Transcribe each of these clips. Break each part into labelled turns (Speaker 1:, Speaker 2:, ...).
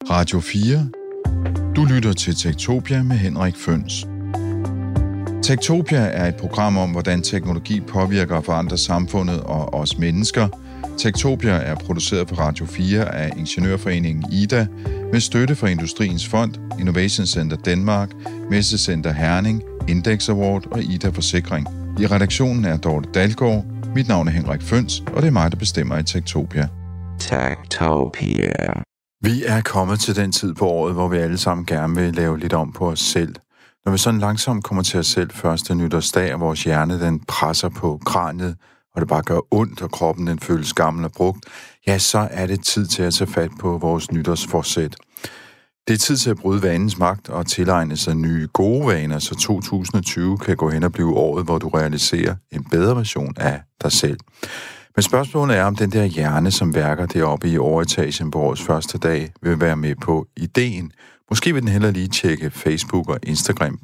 Speaker 1: Radio 4. Du lytter til Techtopia med Henrik Føns. Techtopia er et program om, hvordan teknologi påvirker og forandrer samfundet og os mennesker. Techtopia er produceret på Radio 4 af Ingeniørforeningen IDA med støtte fra Industriens Fond, Innovation Center Danmark, Messecenter Herning, Index Award og IDA Forsikring. I redaktionen er Dorte Dalgaard. Mit navn er Henrik Føns, og det er mig, der bestemmer i Techtopia.
Speaker 2: Techtopia.
Speaker 1: Vi er kommet til den tid på året, hvor vi alle sammen gerne vil lave lidt om på os selv. Når vi sådan langsomt kommer til os selv første nytårsdag, og vores hjerne den presser på kraniet, og det bare gør ondt, og kroppen den føles gammel og brugt, ja, så er det tid til at tage fat på vores nytårsforsæt. Det er tid til at bryde vanens magt og tilegne sig nye gode vaner, så 2020 kan gå hen og blive året, hvor du realiserer en bedre version af dig selv. Men spørgsmålet er, om den der hjerne, som værker deroppe i overetagen på årets første dag, vil være med på ideen. Måske vil den heller lige tjekke Facebook og Instagram.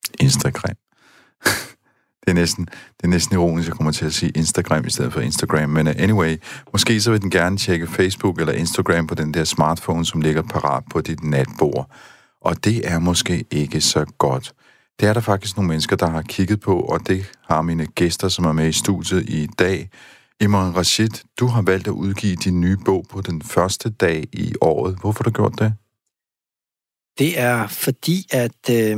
Speaker 1: Det er næsten ironisk, at jeg kommer til at sige Instagram i stedet for Instagram. Men anyway, måske så vil den gerne tjekke Facebook eller Instagram på den der smartphone, som ligger parat på dit natbord. Og det er måske ikke så godt. Det er der faktisk nogle mennesker, der har kigget på, og det har mine gæster, som er med i studiet i dag. Imran Rashid, du har valgt at udgive din nye bog på den første dag i året. Hvorfor har du gjort det?
Speaker 3: Det er fordi, at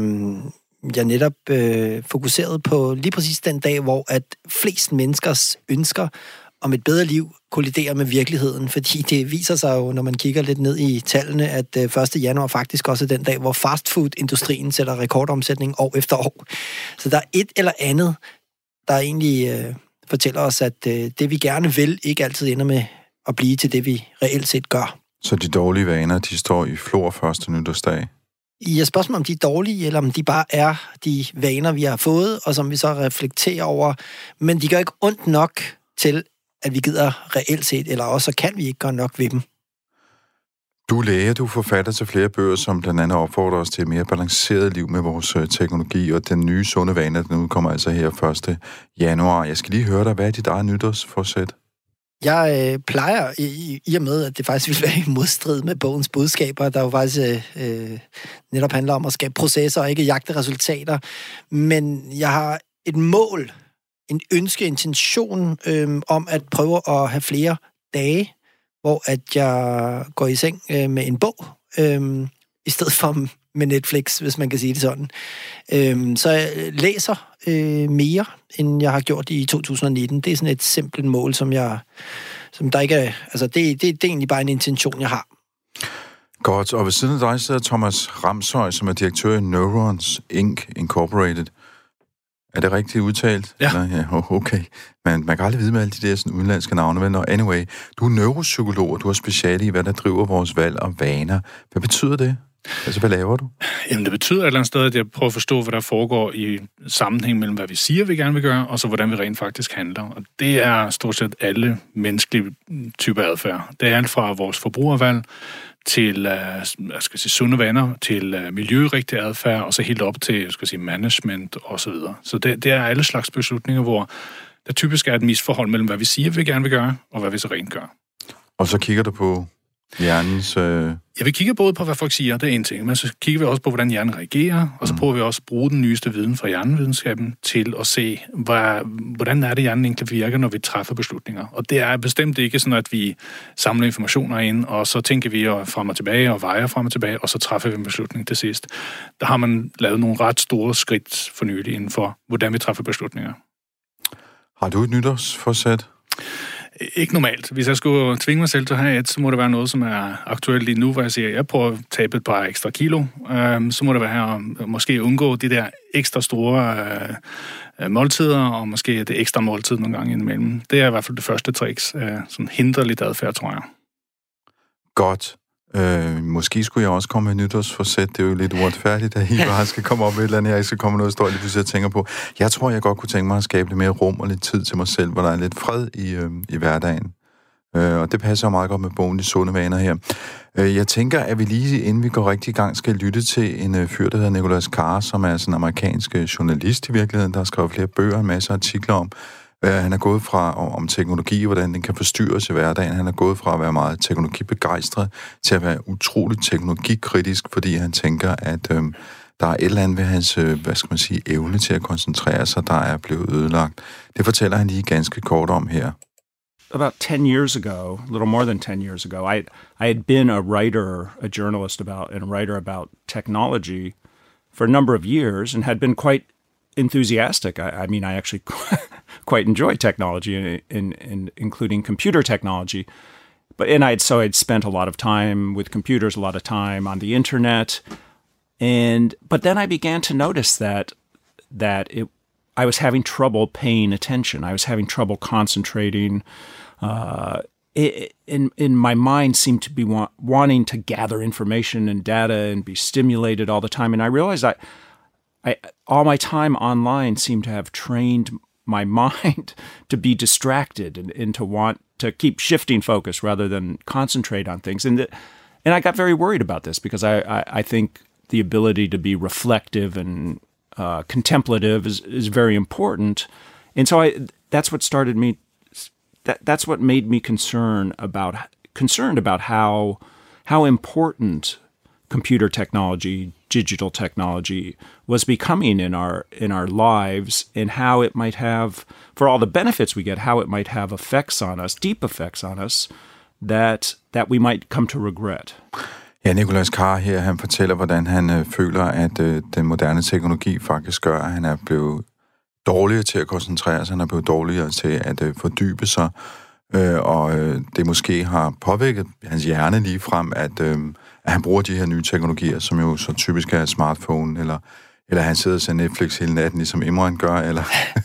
Speaker 3: jeg netop fokuserede på lige præcis den dag, hvor at flest menneskers ønsker om et bedre liv kolliderer med virkeligheden. Fordi det viser sig jo, når man kigger lidt ned i tallene, at 1. januar faktisk også er den dag, hvor fastfood-industrien sætter rekordomsætning år efter år. Så der er et eller andet, der egentlig fortæller os, at det vi gerne vil, ikke altid ender med at blive til det, vi reelt set gør.
Speaker 1: Så de dårlige vaner, de står i flor første nytårsdag?
Speaker 3: Jeg spørger mig, om de er dårlige, eller om de bare er de vaner, vi har fået, og som vi så reflekterer over. Men de gør ikke ondt nok til, at vi gider reelt set, eller også kan vi ikke gøre nok ved dem.
Speaker 1: Du er læge, du er forfatter til flere bøger, som blandt andet opfordrer os til et mere balanceret liv med vores teknologi, og den nye sunde vane, den udkommer altså her 1. januar. Jeg skal lige høre dig, hvad er dit eget nytårsforsæt?
Speaker 3: Jeg plejer, i og med, at det faktisk vil være i modstrid med bogens budskaber, der jo faktisk netop handler om at skabe processer og ikke jagte resultater. Men jeg har et mål, en intention om at prøve at have flere dage, hvor at jeg går i seng med en bog, i stedet for med Netflix, hvis man kan sige det sådan. Så jeg læser mere, end jeg har gjort i 2019. Det er sådan et simpelt mål, som der ikke er... Altså, det er egentlig bare en intention, jeg har.
Speaker 1: Godt, og ved siden af dig sidder Thomas Ramshøj, som er direktør i Neurons Inc. Incorporated. Er det rigtigt udtalt?
Speaker 4: Ja.
Speaker 1: Ja, okay. Men man kan aldrig vide med alle de der sådan udenlandske navne. Men anyway, du er neuropsykolog, og du har speciale i, hvad der driver vores valg og vaner. Hvad betyder det? Altså, hvad laver du?
Speaker 4: Jamen, det betyder et eller andet sted, at jeg prøver at forstå, hvad der foregår i sammenhæng mellem, hvad vi siger, vi gerne vil gøre, og så hvordan vi rent faktisk handler. Og det er stort set alle menneskelige typer adfærd. Det er alt fra vores forbrugervalg til sunde vaner, til miljørigtig adfærd, og så helt op til management og så videre. Så det er alle slags beslutninger, hvor der typisk er et misforhold mellem, hvad vi siger, vi gerne vil gøre, og hvad vi så rent gør.
Speaker 1: Og så kigger du på hjernens...
Speaker 4: Ja, vi kigger både på, hvad folk siger, det er en ting, men så kigger vi også på, hvordan hjernen reagerer, og så prøver vi også at bruge den nyeste viden fra hjernevidenskaben til at se, hvordan er det, hjernen egentlig virker, når vi træffer beslutninger. Og det er bestemt ikke sådan, at vi samler informationer ind, og så tænker vi frem og tilbage, og vejer frem og tilbage, og så træffer vi en beslutning til sidst. Der har man lavet nogle ret store skridt for nylig inden for, hvordan vi træffer beslutninger.
Speaker 1: Har du et nytårsforsæt?
Speaker 4: Ikke normalt. Hvis jeg skulle tvinge mig selv til at have et, så må det være noget, som er aktuelt lige nu, hvor jeg siger, at jeg prøver at tabe et par ekstra kilo. Så må det være at måske undgå de der ekstra store måltider, og måske det ekstra måltid nogle gange indimellem. Det er i hvert fald det første tricks. Sådan hinderligt adfærd, tror jeg.
Speaker 1: Godt. Måske skulle jeg også komme med nytårsforsæt. Det er jo lidt uretfærdigt, at I bare skal komme op med et eller andet, jeg ikke skal komme noget, står lige pludselig og tænker på. Jeg tror, jeg godt kunne tænke mig at skabe lidt mere rum og lidt tid til mig selv, hvor der er lidt fred i hverdagen. Og det passer meget godt med bogen De Sunde Vaner her. Jeg tænker, at vi lige inden vi går rigtig i gang, skal lytte til en fyr, der hedder Nicholas Carr, som er sådan en amerikansk journalist i virkeligheden, der har skrevet flere bøger og en masse artikler om, Han er gået fra om teknologi, hvordan den kan forstyrres i hverdagen. Han er gået fra at være meget teknologibegejstret til at være utroligt teknologikritisk, fordi han tænker, at der er et eller andet ved hans, evne til at koncentrere sig, der er blevet ødelagt. Det fortæller han lige ganske kort om her.
Speaker 5: About 10 years ago, a little more than 10 years ago, I had been a journalist and a writer about technology for a number of years and had been quite enthusiastic. I mean, I actually quite enjoy technology, including computer technology. I'd spent a lot of time with computers, a lot of time on the internet. But then I began to notice that I was having trouble paying attention. I was having trouble concentrating. In my mind seemed to be wanting to gather information and data and be stimulated all the time. And I realized I all my time online seemed to have trained my mind to be distracted and to want to keep shifting focus rather than concentrate on things. And I got very worried about this because I think the ability to be reflective and contemplative is very important. And so that's what started me. That's what made me concerned about how important computer technology, digital technology was becoming in our lives, and how it might have, for all the benefits we get, how it might have effects on us, deep effects on us, that we might come to regret.
Speaker 1: Ja, Nicolas Carr her, han fortæller, hvordan han føler, at den moderne teknologi faktisk gør, at han er blevet dårligere til at koncentrere sig, han er blevet dårligere til at fordybe sig, og det måske har påvirket hans hjerne lige frem, at han bruger de her nye teknologier, som jo så typisk er smartphone, eller han sidder og ser Netflix hele natten, ligesom Imran gør, eller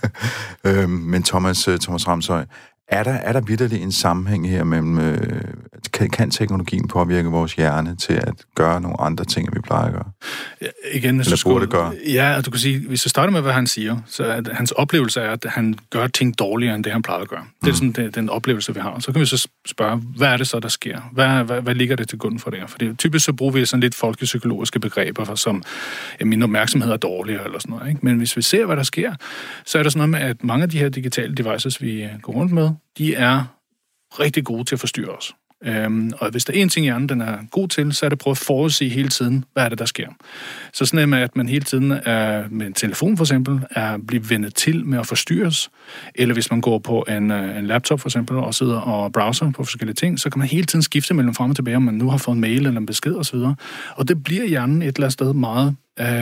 Speaker 1: men Thomas Ramshøj, er der vitterlig en sammenhæng her mellem, kan teknologien påvirke vores hjerne til at gøre nogle andre ting, end vi plejer at gøre?
Speaker 4: Ja, igen,
Speaker 1: eller burde gøre?
Speaker 4: Ja, du kan sige, hvis jeg starter med, hvad han siger, så at hans oplevelse er, at han gør ting dårligere, end det han plejede at gøre. Det er sådan den oplevelse, vi har. Så kan vi så spørge, hvad er det så, der sker? Hvad ligger det til grund for det her? Fordi typisk så bruger vi sådan lidt folkepsykologiske begreber, som min opmærksomhed er dårligere, eller sådan noget, ikke? Men hvis vi ser, hvad der sker, så er der sådan noget med, at mange af de her digitale devices, vi går rundt med, de er rigtig gode til at forstyrre os. Og hvis der er en ting, hjernen den er god til, så er det at prøve at forudse hele tiden, hvad er det, der sker. Så sådan med, at man hele tiden med en telefon for eksempel, er blevet vendet til med at forstyrres, eller hvis man går på en laptop for eksempel, og sidder og browser på forskellige ting, så kan man hele tiden skifte mellem frem og tilbage, om man nu har fået en mail eller en besked osv. Og det bliver hjernen et eller andet sted meget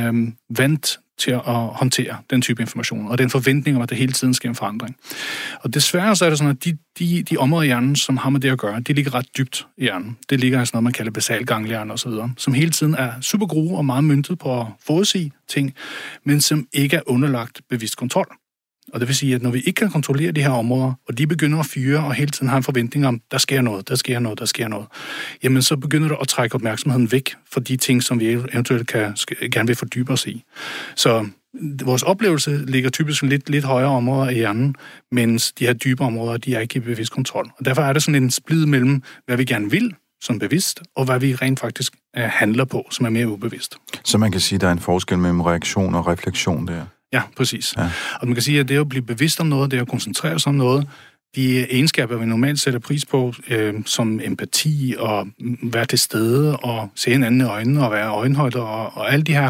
Speaker 4: vant til at håndtere den type information, og den forventning om, at der hele tiden sker en forandring. Og desværre så er det sådan, at de områder i hjernen, som har med det at gøre, de ligger ret dybt i hjernen. Det ligger i sådan noget, man kalder basalganglierne og så videre, som hele tiden er super gode og meget møntet på at forudsige ting, men som ikke er underlagt bevidst kontrol. Og det vil sige, at når vi ikke kan kontrollere de her områder, og de begynder at fyre, og hele tiden har en forventning om, der sker noget, jamen så begynder det at trække opmærksomheden væk fra de ting, som vi eventuelt gerne vil fordybe os i. Så vores oplevelse ligger typisk lidt højere områder i hjernen, mens de her dybe områder, de er ikke i bevidst kontrol. Og derfor er der sådan en splid mellem, hvad vi gerne vil, som bevidst, og hvad vi rent faktisk handler på, som er mere ubevidst.
Speaker 1: Så man kan sige, at der er en forskel mellem reaktion og refleksion der?
Speaker 4: Ja, præcis. Ja. Og man kan sige, at det at blive bevidst om noget, det at koncentrere sig om noget, de egenskaber, vi normalt sætter pris på, som empati og være til stede og se hinanden i øjnene og være øjenhøjde og alle de her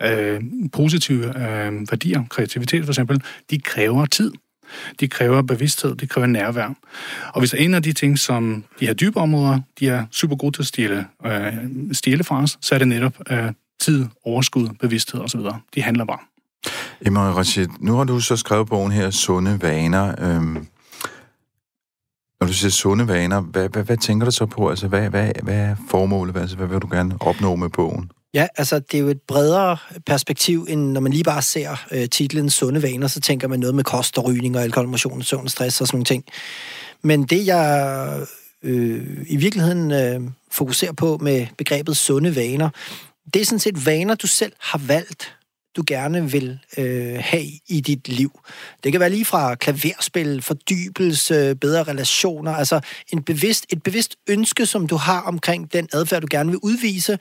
Speaker 4: positive værdier, kreativitet for eksempel, de kræver tid. De kræver bevidsthed, de kræver nærvær. Og hvis der er en af de ting, som de her dybe områder, de er super gode til at stjæle fra os, så er det netop tid, overskud, bevidsthed osv. De handler bare.
Speaker 1: Imran Rashid, nu har du så skrevet bogen her, Sunde Vaner. Når du siger sunde vaner, hvad tænker du så på? Altså, hvad er formålet? Altså, hvad vil du gerne opnå med bogen?
Speaker 3: Ja, altså det er jo et bredere perspektiv, end når man lige bare ser titlen Sunde Vaner, så tænker man noget med kost og rygning og alkohol, motion, søvn, stress og sådan nogle ting. Men det, jeg i virkeligheden fokuserer på med begrebet sunde vaner, det er sådan set vaner, du selv har valgt, du gerne vil have i dit liv. Det kan være lige fra klaverspil, fordybelse, bedre relationer, altså et bevidst ønske, som du har omkring den adfærd, du gerne vil udvise,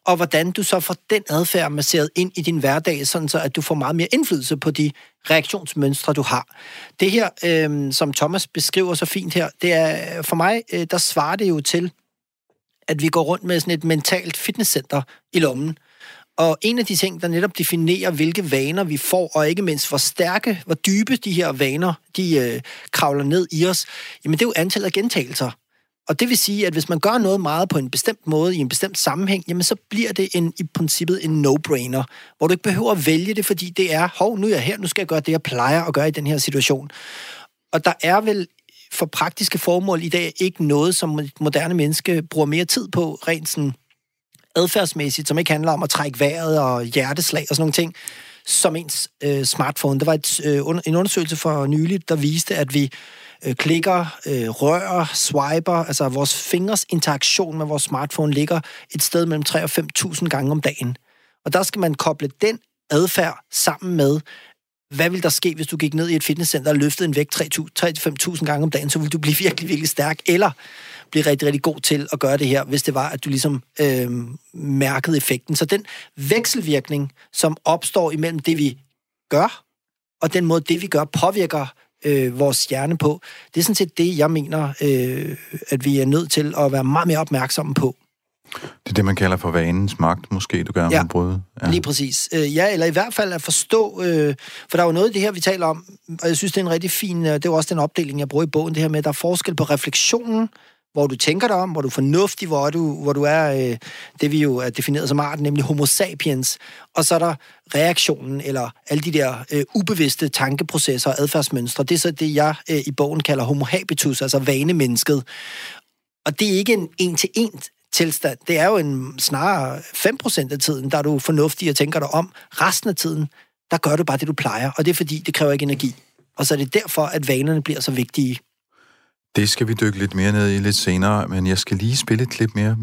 Speaker 3: og hvordan du så får den adfærd masseret ind i din hverdag, sådan så at du får meget mere indflydelse på de reaktionsmønstre, du har. Det her, som Thomas beskriver så fint her, det er for mig, der svarer det jo til, at vi går rundt med sådan et mentalt fitnesscenter i lommen. Og en af de ting, der netop definerer, hvilke vaner vi får, og ikke mindst hvor dybe de her vaner, de kravler ned i os, jamen det er jo antallet af gentagelser. Og det vil sige, at hvis man gør noget meget på en bestemt måde, i en bestemt sammenhæng, jamen så bliver det i princippet en no-brainer, hvor du ikke behøver at vælge det, fordi det er, nu er jeg her, nu skal jeg gøre det, jeg plejer at gøre i den her situation. Og der er vel for praktiske formål i dag ikke noget, som et moderne menneske bruger mere tid på, rent sådan adfærdsmæssigt, som ikke handler om at trække vejret og hjerteslag og sådan nogle ting, som ens smartphone. Der var en undersøgelse for nylig, der viste, at vi klikker, rører, swiper, altså vores fingers interaktion med vores smartphone ligger et sted mellem 3.000 og 5.000 gange om dagen. Og der skal man koble den adfærd sammen med, hvad vil der ske, hvis du gik ned i et fitnesscenter og løftede en vægt 3.000-5.000 gange om dagen, så vil du blive virkelig, virkelig stærk, eller blive rigtig, rigtig god til at gøre det her, hvis det var, at du ligesom mærkede effekten. Så den vekselvirkning, som opstår imellem det, vi gør, og den måde, det vi gør, påvirker vores hjerne på, det er sådan set det, jeg mener, at vi er nødt til at være meget mere opmærksomme på.
Speaker 1: Det er det, man kalder for vanens magt, måske du gerne vil bryde.
Speaker 3: Ja, lige præcis. Ja, eller i hvert fald at forstå, for der er jo noget af det her, vi taler om, og jeg synes, det er en rigtig fin, det er jo også den opdeling, jeg bruger i bogen, det her med, at der er forskel på refleksionen, hvor du tænker dig om, hvor du er fornuftig, hvor du er det, vi jo er defineret som arten, nemlig homo sapiens, og så er der reaktionen, eller alle de der ubevidste tankeprocesser og adfærdsmønstre. Det er så det, jeg i bogen kalder homo habitus, altså vanemennesket. Og det er ikke en en-til-en tilstand. Det er jo snarere 5% af tiden, der er du fornuftig og tænker dig om. Resten af tiden, der gør du bare det, du plejer, og det er fordi, det kræver ikke energi. Og så er det derfor, at vanerne bliver så vigtige.
Speaker 1: Det skal vi dykke lidt mere ned i lidt senere, men jeg skal lige spille et klip mere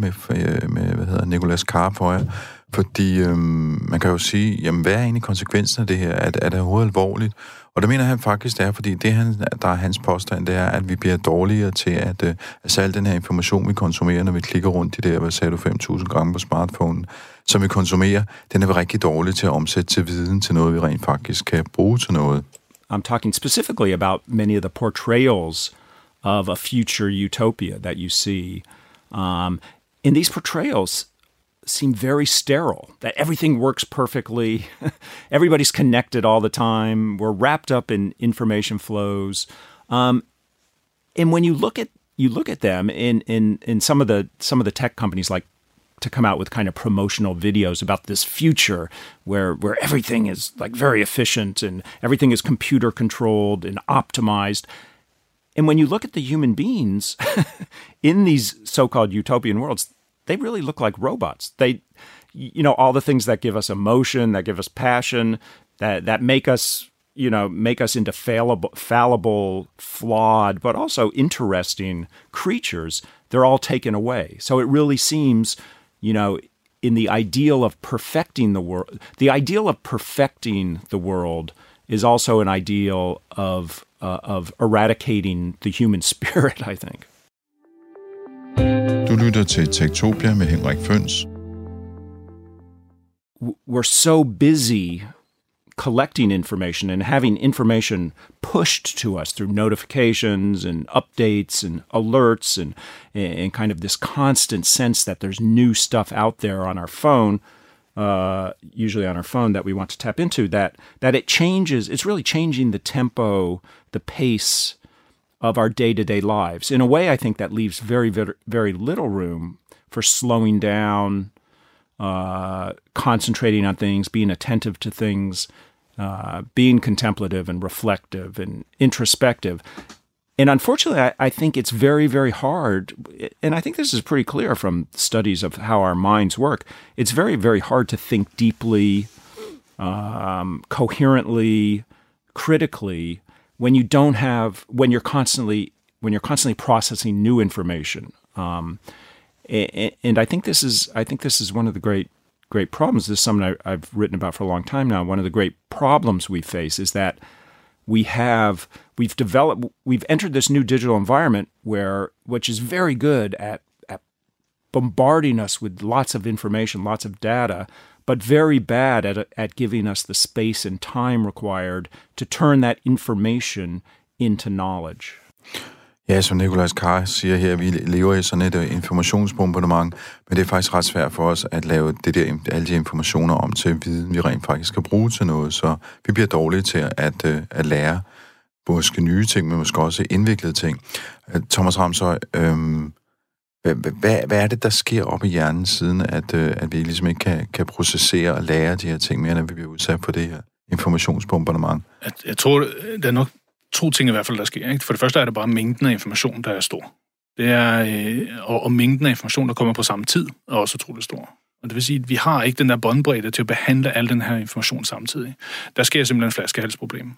Speaker 1: med Nicolas Carr for jer, fordi man kan jo sige, jamen hvad er egentlig konsekvensen af det her? Er det overhovedet alvorligt? Og det mener han faktisk, det er, fordi der er hans påstand, det er, at vi bliver dårligere til at al den her information, vi konsumerer, når vi klikker rundt i det, hvad sagde du, 5.000 gange på smartphone, som vi konsumerer, den er vi rigtig dårlige til at omsætte til viden, til noget, vi rent faktisk kan bruge til noget.
Speaker 5: I'm talking specifically about many of the portrayals of a future utopia that you see. And these portrayals seem very sterile, that everything works perfectly, everybody's connected all the time, we're wrapped up in information flows. And when you look at them in some of the tech companies like to come out with kind of promotional videos about this future where everything is like very efficient and everything is computer controlled and optimized. And when you look at the human beings in these so-called utopian worlds, they really look like robots. They, all the things that give us emotion, that give us passion, that make us into fallible, flawed, but also interesting creatures, they're all taken away. So it really seems, in the ideal of perfecting the world, is also an ideal of eradicating the human spirit, I think.
Speaker 1: Du lytter til Techtopia med Henrik Føns.
Speaker 5: We're so busy collecting information and having information pushed to us through notifications and updates and alerts and kind of this constant sense that there's new stuff out there on our phone, usually on our phone, that we want to tap into, that it changes, it's really changing the tempo, the pace of our day-to-day lives. In a way, I think that leaves very, very, very little room for slowing down, concentrating on things, being attentive to things, being contemplative and reflective and introspective. And unfortunately, I think it's very, very hard, and I think this is pretty clear from studies of how our minds work, it's very, very hard to think deeply, coherently, critically, when you're constantly processing new information. And I think this is one of the great problems. This is something I've written about for a long time now. One of the great problems we face is that we've entered this new digital environment which is very good at bombarding us with lots of information, lots of data, but very bad at giving us the space and time required to turn that information into knowledge.
Speaker 1: Ja, som Nicolas Carr siger her, vi lever i sådan et informationsbombardement, men det er faktisk ret svært for os at lave alle de informationer om til viden, vi rent faktisk skal bruge til noget, så vi bliver dårlige til at lære måske nye ting, men måske også indviklede ting. Thomas Ramsøy, hvad er det, der sker op i hjernen, siden at vi ligesom ikke kan processere og lære de her ting mere, når vi bliver udsat for det her informationsbombardement?
Speaker 4: Jeg tror, der er nok 2 ting i hvert fald, der sker. Ikke? For det første er det bare mængden af information, der er stor. Det er, og mængden af information, der kommer på samme tid, er også utroligt stor. Og det vil sige, at vi har ikke den der båndbredde til at behandle al den her information samtidig. Der sker simpelthen en flaskehalsproblem.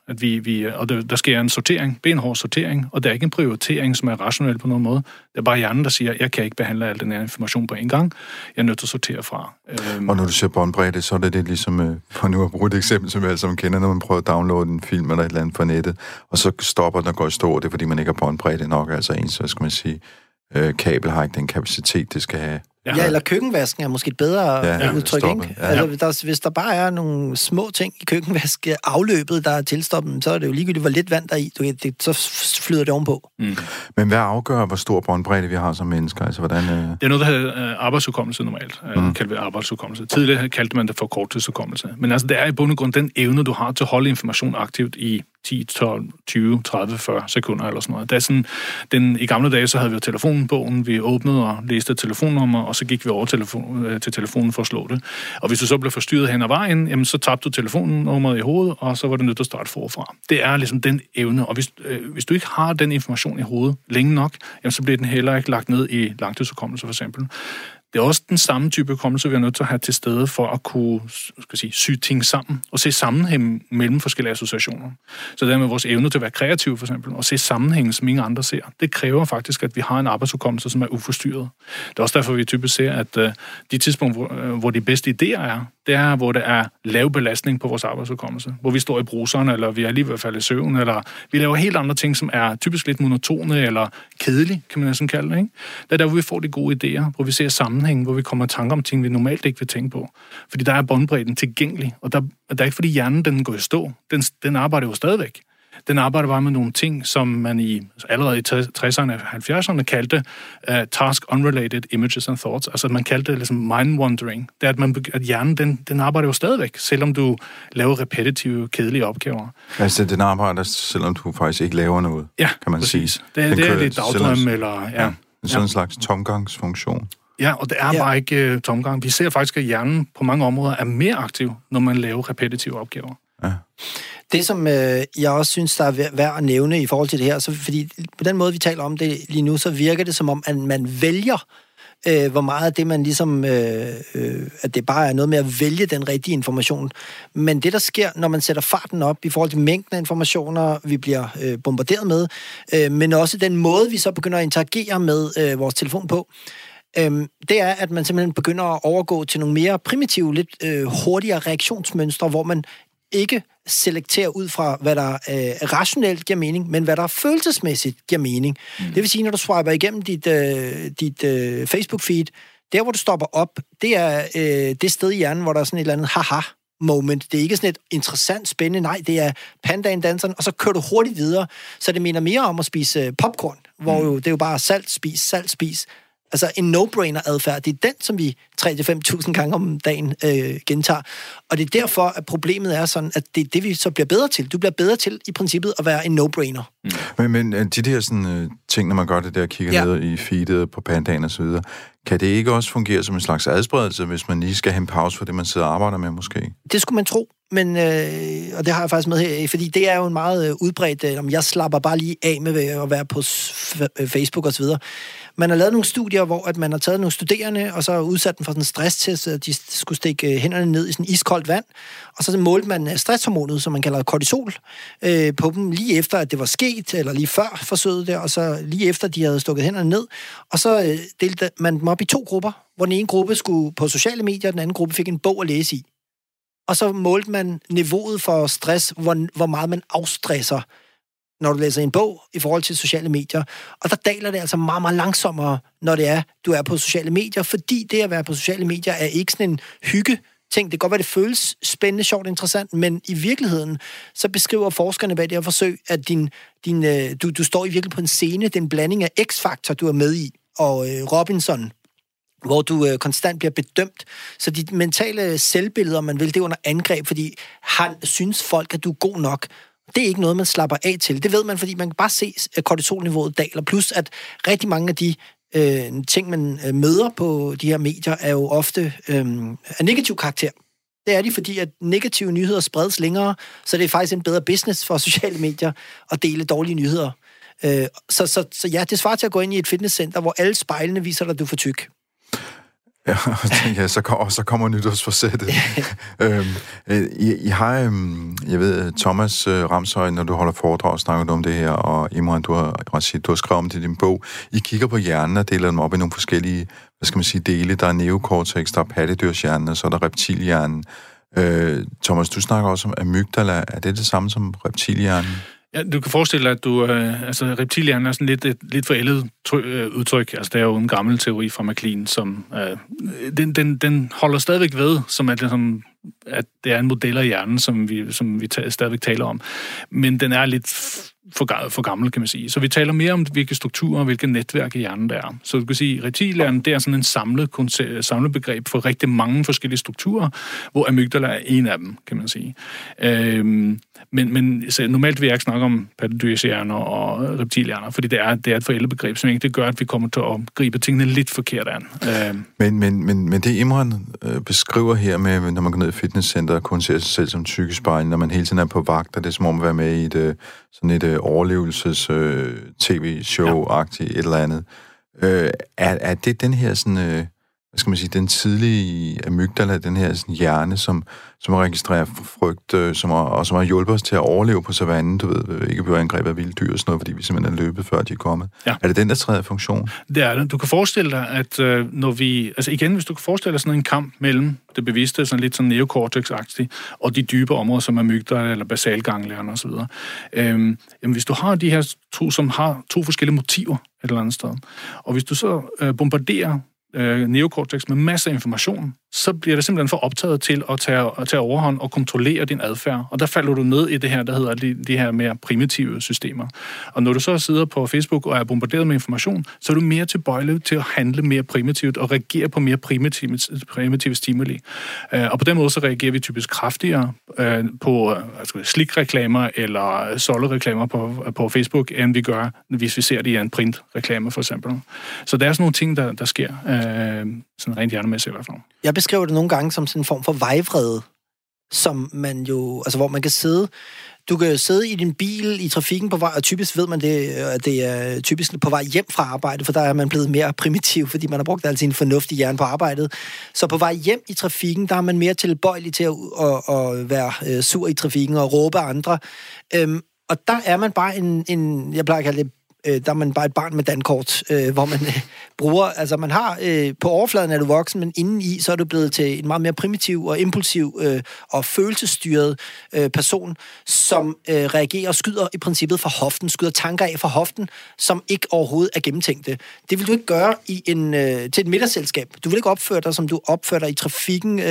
Speaker 4: Der sker en sortering, benhård sortering, og der er ikke en prioritering, som er rationel på nogen måde. Det er bare hjernen, der siger, jeg kan ikke behandle al den her information på en gang. Jeg er nødt til at sortere fra.
Speaker 1: Og når du siger båndbredde, så er det ligesom, for nu at bruge et eksempel, som vi alle sammen kender, når man prøver at downloade en film eller et eller andet på nettet, og så stopper den og går i stå, det er fordi, man ikke har båndbredde nok, altså ens, så skal man sige, kabel har ikke den kapacitet, det skal have.
Speaker 3: Ja, eller køkkenvasken er måske et bedre udtryk, ikke?
Speaker 1: Ja.
Speaker 3: Altså, hvis der bare er nogle små ting i køkkenvask-afløbet, der er tilstoppet, så er det jo ligegyldigt, hvor lidt vand der er i, så flyder det ovenpå. Mm.
Speaker 1: Men hvad afgør, hvor stor båndbredde vi har som mennesker? Altså, hvordan,
Speaker 4: Det er noget, der hedder arbejdsudkommelse normalt. Kaldt arbejdsudkommelse. Tidligere kaldte man det for korttidsudkommelse. Men altså, det er i bund og grund den evne, du har til at holde information aktivt i 10, 12, 20, 30, 40 sekunder eller sådan noget. Det er sådan, i gamle dage, så havde vi jo telefonbogen, vi åbnede og læste et telefonnummer, og så gik vi over til telefonen for at slå det. Og hvis du så blev forstyrret hen ad vejen, jamen, så tabte du telefonnummeret i hovedet, og så var det nødt til at starte forfra. Det er ligesom den evne, og hvis du ikke har den information i hovedet længe nok, jamen, så bliver den heller ikke lagt ned i langtidshukommelse for eksempel. Det er også den samme type hukommelse, vi er nødt til at have til stede for at kunne sy ting sammen og se sammenhæng mellem forskellige associationer. Så det med vores evne til at være kreativ for eksempel, og se sammenhænge, som ingen andre ser, det kræver faktisk, at vi har en arbejdshukommelse, som er uforstyrret. Det er også derfor, vi typisk ser, at de tidspunkter, hvor de bedste idéer er, det er, hvor der er lav belastning på vores arbejdshukommelse. Hvor vi står i bruseren, eller vi er lige ved at falde i søvn, eller vi laver helt andre ting, som er typisk lidt monotone eller kedelige, kan man næsten kalde det. Ikke? Det er der, hvor vi får de gode idéer, hvor vi ser sammenhæng, hvor vi kommer i tanker om ting, vi normalt ikke vil tænke på. Fordi der er båndbredden tilgængelig, og der er ikke fordi hjernen den går i stå. Den arbejder jo stadigvæk. Den arbejder bare med nogle ting, som man allerede i 60'erne og 70'erne kaldte task unrelated images and thoughts. Altså man kaldte det ligesom mind wandering. Det er, at hjernen den arbejder jo stadigvæk, selvom du laver repetitive, kedelige opgaver.
Speaker 1: Altså den arbejder, selvom du faktisk ikke laver noget, kan man
Speaker 4: præcis.
Speaker 1: sige.
Speaker 4: Det er lidt dagdrøm, eller... Ja.
Speaker 1: Sådan en slags tomgangsfunktion.
Speaker 4: Ja, og det er bare ikke tomgang. Vi ser faktisk, at hjernen på mange områder er mere aktiv, når man laver repetitive opgaver. Ja.
Speaker 3: Det, som jeg også synes, der er værd at nævne i forhold til det her, så fordi på den måde, vi taler om det lige nu, så virker det som om, at man vælger, hvor meget af det, man ligesom, at det bare er noget med at vælge den rigtige information. Men det, der sker, når man sætter farten op i forhold til mængden af informationer, vi bliver bombarderet med, men også den måde, vi så begynder at interagere med vores telefon på, det er, at man simpelthen begynder at overgå til nogle mere primitive, lidt hurtigere reaktionsmønstre, hvor man ikke selekterer ud fra, hvad der rationelt giver mening, men hvad der følelsesmæssigt giver mening. Det vil sige, når du swiper igennem dit Facebook-feed, der hvor du stopper op, det er det sted i hjernen, hvor der er sådan et eller andet haha-moment. Det er ikke sådan et interessant, spændende, nej, det er pandaen danseren, og så kører du hurtigt videre. Så det mener mere om at spise popcorn, hvor jo, det er jo bare salt, spis. Altså en no-brainer-adfærd, det er den, som vi 3-5.000 gange om dagen gentager. Og det er derfor, at problemet er sådan, at det er det, vi så bliver bedre til. Du bliver bedre til i princippet at være en no-brainer.
Speaker 1: Men de der sådan, ting, når man gør det der, kigger ned i feedet på pandaen og så videre, kan det ikke også fungere som en slags adspredelse, hvis man lige skal have en pause for det, man sidder og arbejder med måske?
Speaker 3: Det skulle man tro, men, og det har jeg faktisk med her, fordi det er jo en meget udbredt, om jeg slapper bare lige af med at være på Facebook og så videre. Man har lavet nogle studier, hvor at man har taget nogle studerende, og så udsat dem for sådan en stresstest, at de skulle stikke hænderne ned i sådan iskoldt vand, og så målte man stresshormonet, som man kalder kortisol, på dem lige efter, at det var sket, eller lige før forsøget der, og så lige efter, de havde stukket hænderne ned, og så delte man dem op i 2 grupper, hvor den ene gruppe skulle på sociale medier, og den anden gruppe fik en bog at læse i. Og så målte man niveauet for stress, hvor meget man afstresser når du læser en bog i forhold til sociale medier. Og der daler det altså meget, meget langsommere, når du er på sociale medier, fordi det at være på sociale medier er ikke sådan en hygge ting. Det kan godt være, det føles spændende, sjovt, interessant, men i virkeligheden, så beskriver forskerne bag det her forsøg, at du står i virkeligheden på en scene, den blanding af X-Factor, du er med i, og Robinson, hvor du konstant bliver bedømt. Så de mentale selvbilleder, man vil, det er under angreb, fordi han synes folk, at du er god nok. Det er ikke noget, man slapper af til. Det ved man, fordi man kan bare se, at kortisolniveauet daler. Plus, at rigtig mange af de ting, man møder på de her medier, er jo ofte af negativ karakter. Det er de, fordi at negative nyheder spredes længere, så det er faktisk en bedre business for sociale medier at dele dårlige nyheder. Så ja, det svarer til at gå ind i et fitnesscenter, hvor alle spejlene viser dig, at du er for tyk.
Speaker 1: Ja, så kommer nytårsforsættet. I har, jeg ved, Thomas Ramshøj, når du holder foredrag, snakker om det her, og Imran, du har skrevet om det i din bog. I kigger på hjernen og deler dem op i nogle forskellige, dele. Der er neokortex, der er pattedyrshjernen, og så er der reptilhjernen. Thomas, du snakker også om amygdala. Er det samme som reptilhjernen?
Speaker 4: Ja, du kan forestille dig, at reptilhjernen er sådan lidt forældet udtryk. Altså, det er jo en gammel teori fra MacLean, som den holder stadigvæk ved, som at det er en model af hjernen, som vi stadigvæk taler om. Men den er lidt for gammel, kan man sige. Så vi taler mere om, hvilke strukturer og hvilke netværk i hjernen der er. Så du kan sige, at reptilhjernen, det er sådan en samlet begreb for rigtig mange forskellige strukturer, hvor amygdala er en af dem, kan man sige. Men så normalt vil jeg ikke snakke om pattedyrshjerner og reptilhjerner, fordi det er et forældet begreb, som egentlig det gør, at vi kommer til at gribe tingene lidt forkert an.
Speaker 1: Men det Imran beskriver her med, når man går ned i fitnesscenter og kun ser sig selv som tykkespejl, når man hele tiden er på vagt, og det er som om at være med i sådan et overlevelses-tv-show-agtigt et eller andet. Er det den her sådan... den tidlige amygdala, den her sådan hjerne, som registrerer frygt, som har hjulpet os til at overleve på savannen, du ved, ikke blive angrebet af vilde dyr og sådan noget, fordi vi simpelthen er løbet, før de er kommet. Ja. Er det den, der træder funktion? Det er det.
Speaker 4: Du kan forestille dig, at når vi... Altså igen, hvis du kan forestille dig sådan en kamp mellem det bevidste, sådan lidt sådan neocortex-agtigt, og de dybe områder, som amygdala eller basalganglierne osv. Jamen, hvis du har de her to, som har to forskellige motiver et eller andet sted, og hvis du så bombarderer neocortex med masser af information, så bliver det simpelthen for optaget til at tage overhånd og kontrollere din adfærd. Og der falder du ned i det her, der hedder de her mere primitive systemer. Og når du så sidder på Facebook og er bombarderet med information, så er du mere tilbøjelig til at handle mere primitivt og reagere på mere primitive stimuli. Og på den måde så reagerer vi typisk kraftigere på slikreklamer eller solreklamer på Facebook, end vi gør, hvis vi ser det i en printreklame for eksempel. Så der er sådan nogle ting, der sker sådan rent hjernemæssigt i hvert fald.
Speaker 3: Jeg beskriver det nogle gange som sådan en form for vejvrede, som man jo, altså hvor man kan sidde. Du kan sidde i din bil i trafikken på vej, og typisk ved man det, at det er typisk på vej hjem fra arbejde, for der er man blevet mere primitiv, fordi man har brugt altid en fornuftig hjerne på arbejdet. Så på vej hjem i trafikken, der er man mere tilbøjelig til at være sur i trafikken og råbe andre. Og der er man bare jeg plejer at kalde det, der er man bare et barn med dankort, hvor man bruger, altså man har, på overfladen er du voksen, men indeni så er du blevet til en meget mere primitiv og impulsiv og følelsesstyret person, som reagerer og skyder i princippet fra hoften, skyder tanker af fra hoften, som ikke overhovedet er gennemtænkte. Det vil du ikke gøre til et middagsselskab. Du vil ikke opføre dig, som du opfører dig i trafikken,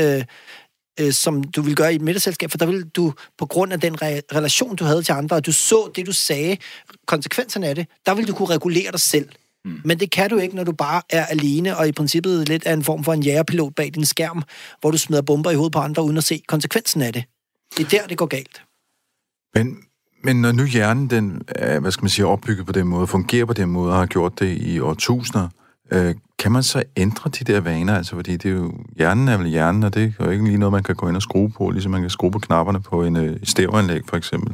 Speaker 3: som du vil gøre i et middagsselskab, for der vil du, på grund af den relation, du havde til andre, og du så det, du sagde, konsekvenserne af det, der vil du kunne regulere dig selv. Men det kan du ikke, når du bare er alene, og i princippet lidt af en form for en jægerpilot bag din skærm, hvor du smider bomber i hovedet på andre, uden at se konsekvensen af det. Det er der, det går galt.
Speaker 1: Men når nu hjernen, den er, opbygget på den måde, fungerer på den måde, og har gjort det i årtusinder, kan man så ændre de der vaner? Altså, fordi det er jo, hjernen er vel hjernen, og det er jo ikke lige noget, man kan gå ind og skrue på, ligesom man kan skrue på knapperne på en stereoanlæg, for eksempel.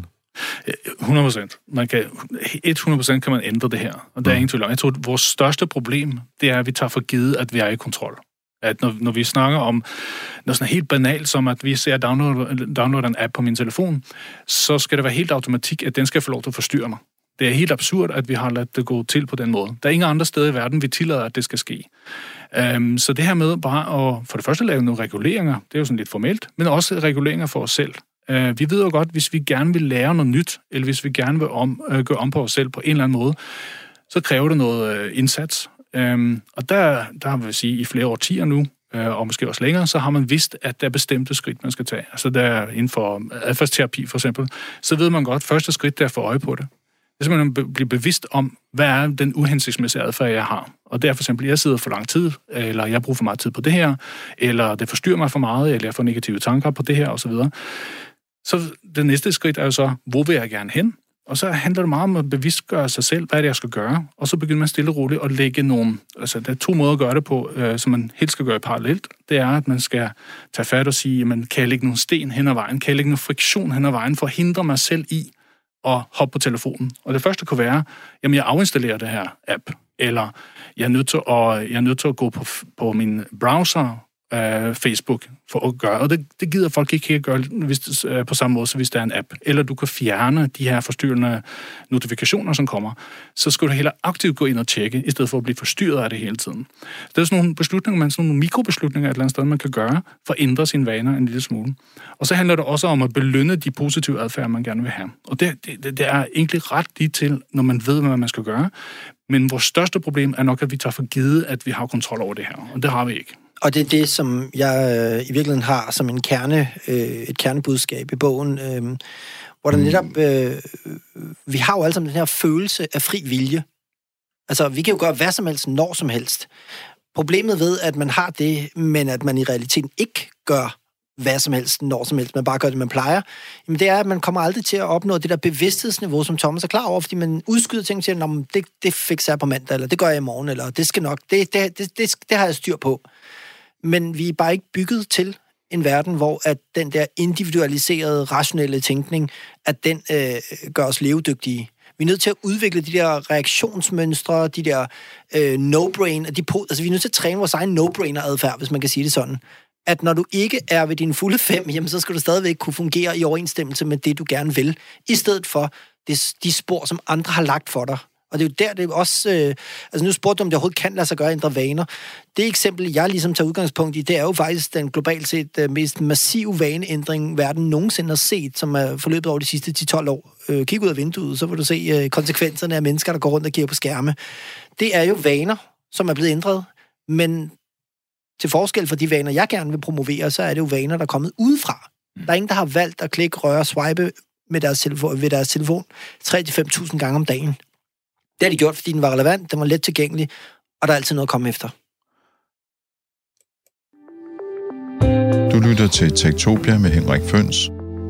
Speaker 4: 100% kan man ændre det her, og der er ingen tvivl om. Jeg tror, at vores største problem, det er, at vi tager for givet, at vi er i kontrol. At når vi snakker om noget sådan helt banalt, som at vi ser downloader en app på min telefon, så skal det være helt automatik, at den skal få lov til at forstyrre mig. Det er helt absurd, at vi har ladet det gå til på den måde. Der er ingen andre steder i verden, vi tillader, at det skal ske. Så det her med bare at for det første lave nogle reguleringer, det er jo sådan lidt formelt, men også reguleringer for os selv. Vi ved jo godt, hvis vi gerne vil lære noget nyt, eller hvis vi gerne vil gøre om på os selv på en eller anden måde, så kræver det noget indsats. Og der vil jeg sige, i flere årtier nu, og måske også længere, så har man vidst, at der er bestemte skridt, man skal tage. Altså der inden for adfærdsterapi for eksempel, så ved man godt, første skridt der er at få øje på det. Det er simpelthen at blive bevidst om, hvad er den uhensigtsmæssige adfærd, jeg har. Og det er for eksempel, at jeg sidder for lang tid, eller jeg bruger for meget tid på det her, eller det forstyrrer mig for meget, eller jeg får negative tanker på det her, osv. Så det næste skridt er jo så, hvor vil jeg gerne hen? Og så handler det meget om at bevidstgøre sig selv, hvad det er, jeg skal gøre. Og så begynder man stille og roligt at lægge nogle... Altså, der er 2 måder at gøre det på, som man helt skal gøre parallelt. Det er, at man skal tage fat og sige, jamen, kan jeg lægge nogle sten hen ad vejen? Kan jeg lægge nogle friktion hen ad vejen for at hindre mig selv i at hoppe på telefonen? Og det første kunne være, jamen, jeg afinstallerer det her app. Eller jeg er nødt til at gå på min browser, Facebook, for at gøre. Og det gider folk ikke at gøre på samme måde, så hvis der er en app. Eller du kan fjerne de her forstyrrende notifikationer, som kommer. Så skal du heller aktivt gå ind og tjekke, i stedet for at blive forstyrret af det hele tiden. Det er sådan nogle beslutninger, sådan nogle mikrobeslutninger et eller andet sted, man kan gøre, for at ændre sine vaner en lille smule. Og så handler det også om at belønne de positive adfærd, man gerne vil have. Og det er egentlig ret lige til, når man ved, hvad man skal gøre. Men vores største problem er nok, at vi tager for givet, at vi har kontrol over det her. Og det har vi ikke.
Speaker 3: Og det er det, som jeg i virkeligheden har som et kernebudskab i bogen, hvor der netop... vi har jo alle sammen den her følelse af fri vilje. Altså, vi kan jo gøre hvad som helst, når som helst. Problemet ved, at man har det, men at man i realiteten ikke gør hvad som helst, når som helst, man bare gør det, man plejer, jamen det er, at man kommer aldrig til at opnå det der bevidsthedsniveau, som Thomas er klar over, fordi man udskyder ting til, at det fikser jeg på mandag, eller det gør jeg i morgen, eller det skal nok, det har jeg styr på. Men vi er bare ikke bygget til en verden, hvor at den der individualiserede, rationelle tænkning, at den gør os levedygtige. Vi er nødt til at udvikle de der reaktionsmønstre, de der no-brain, altså vi er nødt til at træne vores egen no-brainer-adfærd, hvis man kan sige det sådan. At når du ikke er ved dine fulde 5, jamen så skal du stadigvæk kunne fungere i overensstemmelse med det, du gerne vil, i stedet for de spor, som andre har lagt for dig. Og det er jo der, det er også... altså nu spurgte du, om det overhovedet kan lade sig gøre at ændre vaner. Det eksempel, jeg ligesom tager udgangspunkt i, det er jo faktisk den globalt set mest massive vaneændring, verden nogensinde har set, som er forløbet over de sidste 10-12 år. Kig ud af vinduet, så vil du se konsekvenserne af mennesker, der går rundt og kigger på skærme. Det er jo vaner, som er blevet ændret, men til forskel for de vaner, jeg gerne vil promovere, så er det jo vaner, der er kommet udefra. Der er ingen, der har valgt at klikke, røre, swipe ved deres telefon 3-5.000 gange om dagen. Det har de gjort, fordi den var relevant, den var let tilgængelig, og der er altid noget at komme efter.
Speaker 1: Du lytter til Techtopia med Henrik Føns.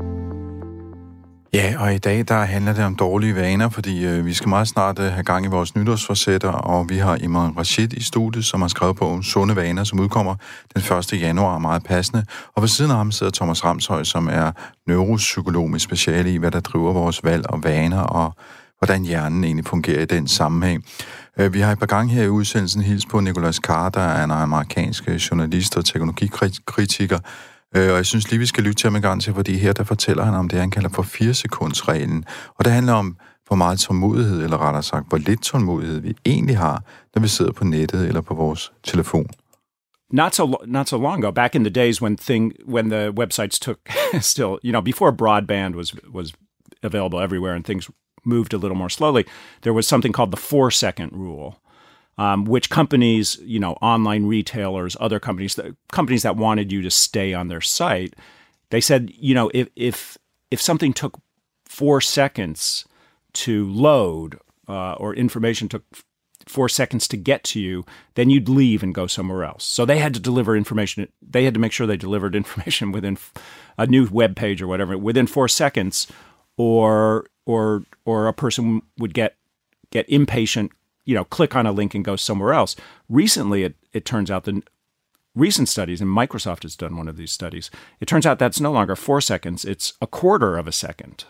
Speaker 1: Ja, og i dag der handler det om dårlige vaner, fordi vi skal meget snart have gang i vores nytårsforsætter, og vi har Imran Rashid i studiet, som har skrevet på Sunde Vaner, som udkommer den 1. januar, meget passende. Og ved siden af ham sidder Thomas Ramshøj, som er neuropsykolog med speciale i, hvad der driver vores valg og vaner, og hvordan hjernen egentlig fungerer i den sammenhæng. Vi har et par gange her i udsendelsen hils på Nicholas Carr, der er en amerikansk journalist og teknologikritiker. Og jeg synes lige, vi skal lytte til ham en gang til, fordi her der fortæller han om det, han kalder for 4-sekundsreglen. Og det handler om, hvor meget tålmodighed, eller rettere sagt, hvor lidt tålmodighed vi egentlig har, når vi sidder på nettet eller på vores telefon.
Speaker 5: Not so long ago, back in the days when the websites took still, before broadband was available everywhere and things moved a little more slowly, there was something called the 4-second rule, which companies, online retailers, other companies that wanted you to stay on their site, they said, if something took 4 seconds to load, or information took 4 seconds to get to you, then you'd leave and go somewhere else. So they had to deliver information. They had to make sure they delivered information within a new web page or whatever within 4 seconds, or a person would get impatient, click on a link and go somewhere else. Recently, it turns out that recent studies, and Microsoft has done one of these studies, it turns out that's no longer 4 seconds, it's a quarter of a second.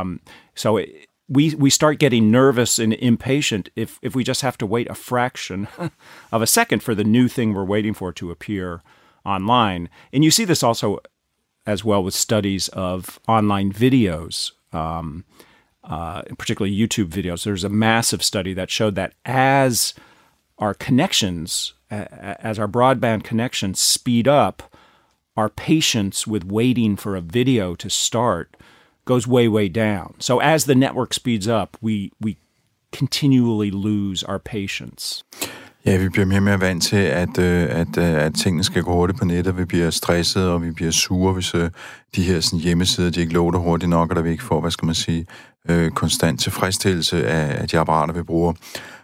Speaker 5: We start getting nervous and impatient if we just have to wait a fraction of a second for the new thing we're waiting for to appear online. And you see this also as well with studies of online videos, particularly YouTube videos. There's a massive study that showed that as our connections, as our broadband connections speed up, our patience with waiting for a video to start goes way, way down. So as the network speeds up, we continually lose our patience.
Speaker 1: Ja, vi bliver mere og mere vant til, at tingene skal gå hurtigt på nettet. Vi bliver stresset, og vi bliver sure, hvis de her sådan, hjemmesider, de ikke loader hurtigt nok, og der vi ikke får, konstant tilfredsstillelse af de apparater, vi bruger.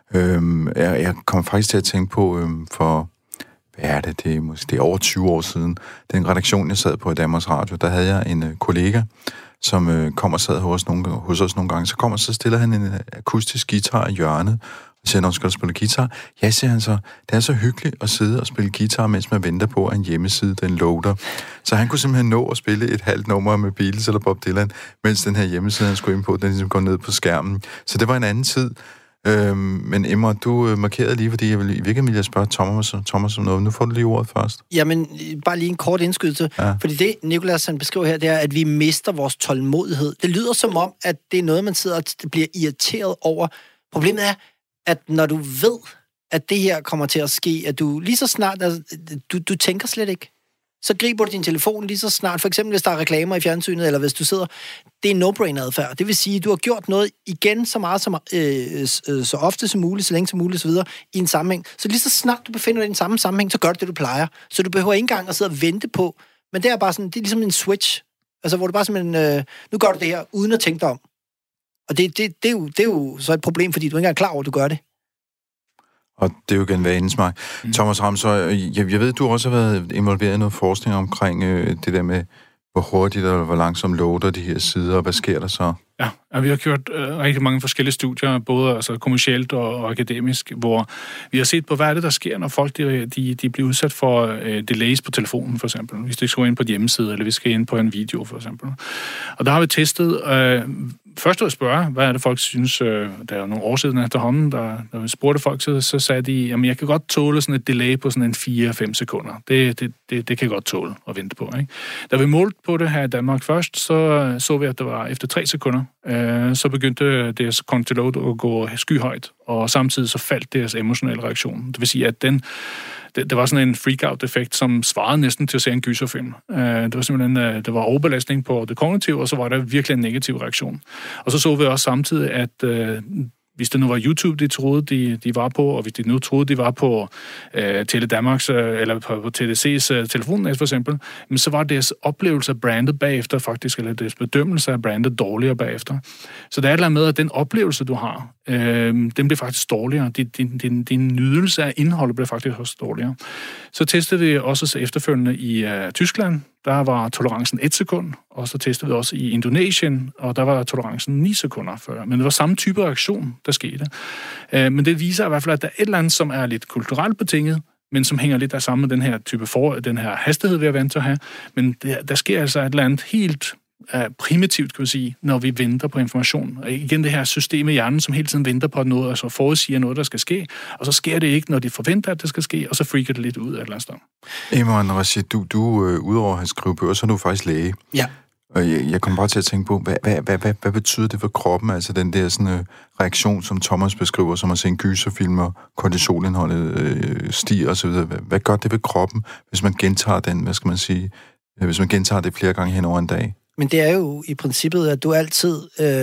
Speaker 1: Jeg kom faktisk til at tænke på, for hvad er det? Det er over 20 år siden. Den redaktion, jeg sad på i Danmarks Radio, der havde jeg en kollega, som kom og sad hos os nogle gange. Så kommer så stiller han en akustisk guitar i hjørnet, og siger, når skal du spille guitar? Ja, siger han så, det er så hyggeligt at sidde og spille guitar, mens man venter på, at en hjemmeside, den loader. Så han kunne simpelthen nå at spille et halvt nummer med Beatles eller Bob Dylan, mens den her hjemmeside, han skulle ind på, den ligesom går ned på skærmen. Så det var en anden tid. Men Emma, du markerede lige, fordi jeg vil jeg spørge Thomas om noget. Nu får du lige ordet først.
Speaker 3: Jamen, bare lige en kort indskydelse. Ja. Fordi det, Nicolas han beskriver her, det er, at vi mister vores tålmodighed. Det lyder som om, at det er noget, man sidder og bliver irriteret over. Problemet er, at når du ved, at det her kommer til at ske, at du lige så snart, du tænker slet ikke. Så griber du din telefon lige så snart, for eksempel hvis der er reklamer i fjernsynet, eller hvis du sidder, det er en no-brainer-adfærd. Det vil sige, at du har gjort noget igen så meget, så ofte som muligt, så længe som muligt, så videre, i en sammenhæng. Så lige så snart du befinder dig i en samme sammenhæng, så gør du det, du plejer. Så du behøver ikke engang at sidde og vente på, men det er bare sådan, det er ligesom en switch, altså hvor du bare simpelthen, nu gør du det her, uden at tænke dig om. Og det er jo så et problem, fordi du ikke engang er klar over, at du gør det.
Speaker 1: Og det er jo igen vanens mig. Thomas Ramsøy, jeg ved, du også har været involveret i noget forskning omkring det der med, hvor hurtigt og hvor langsomt loader de her sider, og hvad sker der så?
Speaker 4: Ja, vi har gjort rigtig mange forskellige studier, både altså kommercielt og akademisk, hvor vi har set på, hvad er det, der sker, når folk de bliver udsat for delays på telefonen, for eksempel. Hvis de skal ind på et hjemmeside, eller vi skal ind på en video, for eksempel. Og der har vi testet først at spørge, hvad er det, folk synes, der er nogle år siden efterhånden, der vi spurgte folk, så sagde de, jamen jeg kan godt tåle sådan et delay på sådan en 4-5 sekunder. Det kan jeg godt tåle at vente på. Ikke? Da vi målte på det her i Danmark først, så vi, at det var efter 3 sekunder, så begyndte deres kontiload at gå skyhøjt, og samtidig så faldt deres emotionelle reaktion. Det vil sige, at det var sådan en freak-out-effekt, som svarede næsten til at se en gyserfilm. Det var simpelthen, det var overbelastning på det kognitive, og så var der virkelig en negativ reaktion. Og så vi også samtidig, at hvis det nu var YouTube, de troede, de var på, og hvis de nu troede, de var på Tele Danmarks, eller på TDC's telefonnet for eksempel, men så var deres oplevelse af brandet bagefter faktisk, eller deres bedømmelse af brandet dårligere bagefter. Så der er et eller andet med, at den oplevelse, du har, den bliver faktisk dårligere. Din nydelse af indholdet bliver faktisk også dårligere. Så testede vi også efterfølgende i Tyskland. Der var tolerancen 1 sekund, og så testede vi også i Indonesien, og der var tolerancen 9 sekunder før. Men det var samme type reaktion, der skete. Men det viser i hvert fald, at der er et eller andet, som er lidt kulturelt betinget, men som hænger lidt der sammen med den her type den her hastighed, vi er vant til at have. Men der sker altså et eller andet helt primitivt, kan vi sige, når vi venter på information. Og igen det her system i hjernen, som hele tiden venter på noget, og så forudsiger noget, der skal ske, og så sker det ikke, når de forventer, at det skal ske, og så freaker det lidt ud af et eller andet sted.
Speaker 1: Emma Rashid, du udover at have skrevet bøger, så er du faktisk læge.
Speaker 3: Ja.
Speaker 1: Og jeg kom bare til at tænke på, hvad betyder det for kroppen, altså den der sådan, reaktion, som Thomas beskriver, som at se en gyserfilm, og kortisolindholdet stiger osv. Hvad gør det ved kroppen, hvis man gentager den, hvis man gentager det flere gange hen over en dag?
Speaker 3: Men det er jo i princippet, at du altid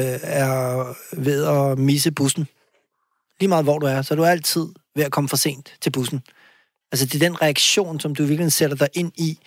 Speaker 3: er ved at misse bussen. Lige meget hvor du er, så er du altid ved at komme for sent til bussen. Altså det er den reaktion, som du virkelig sætter dig ind i.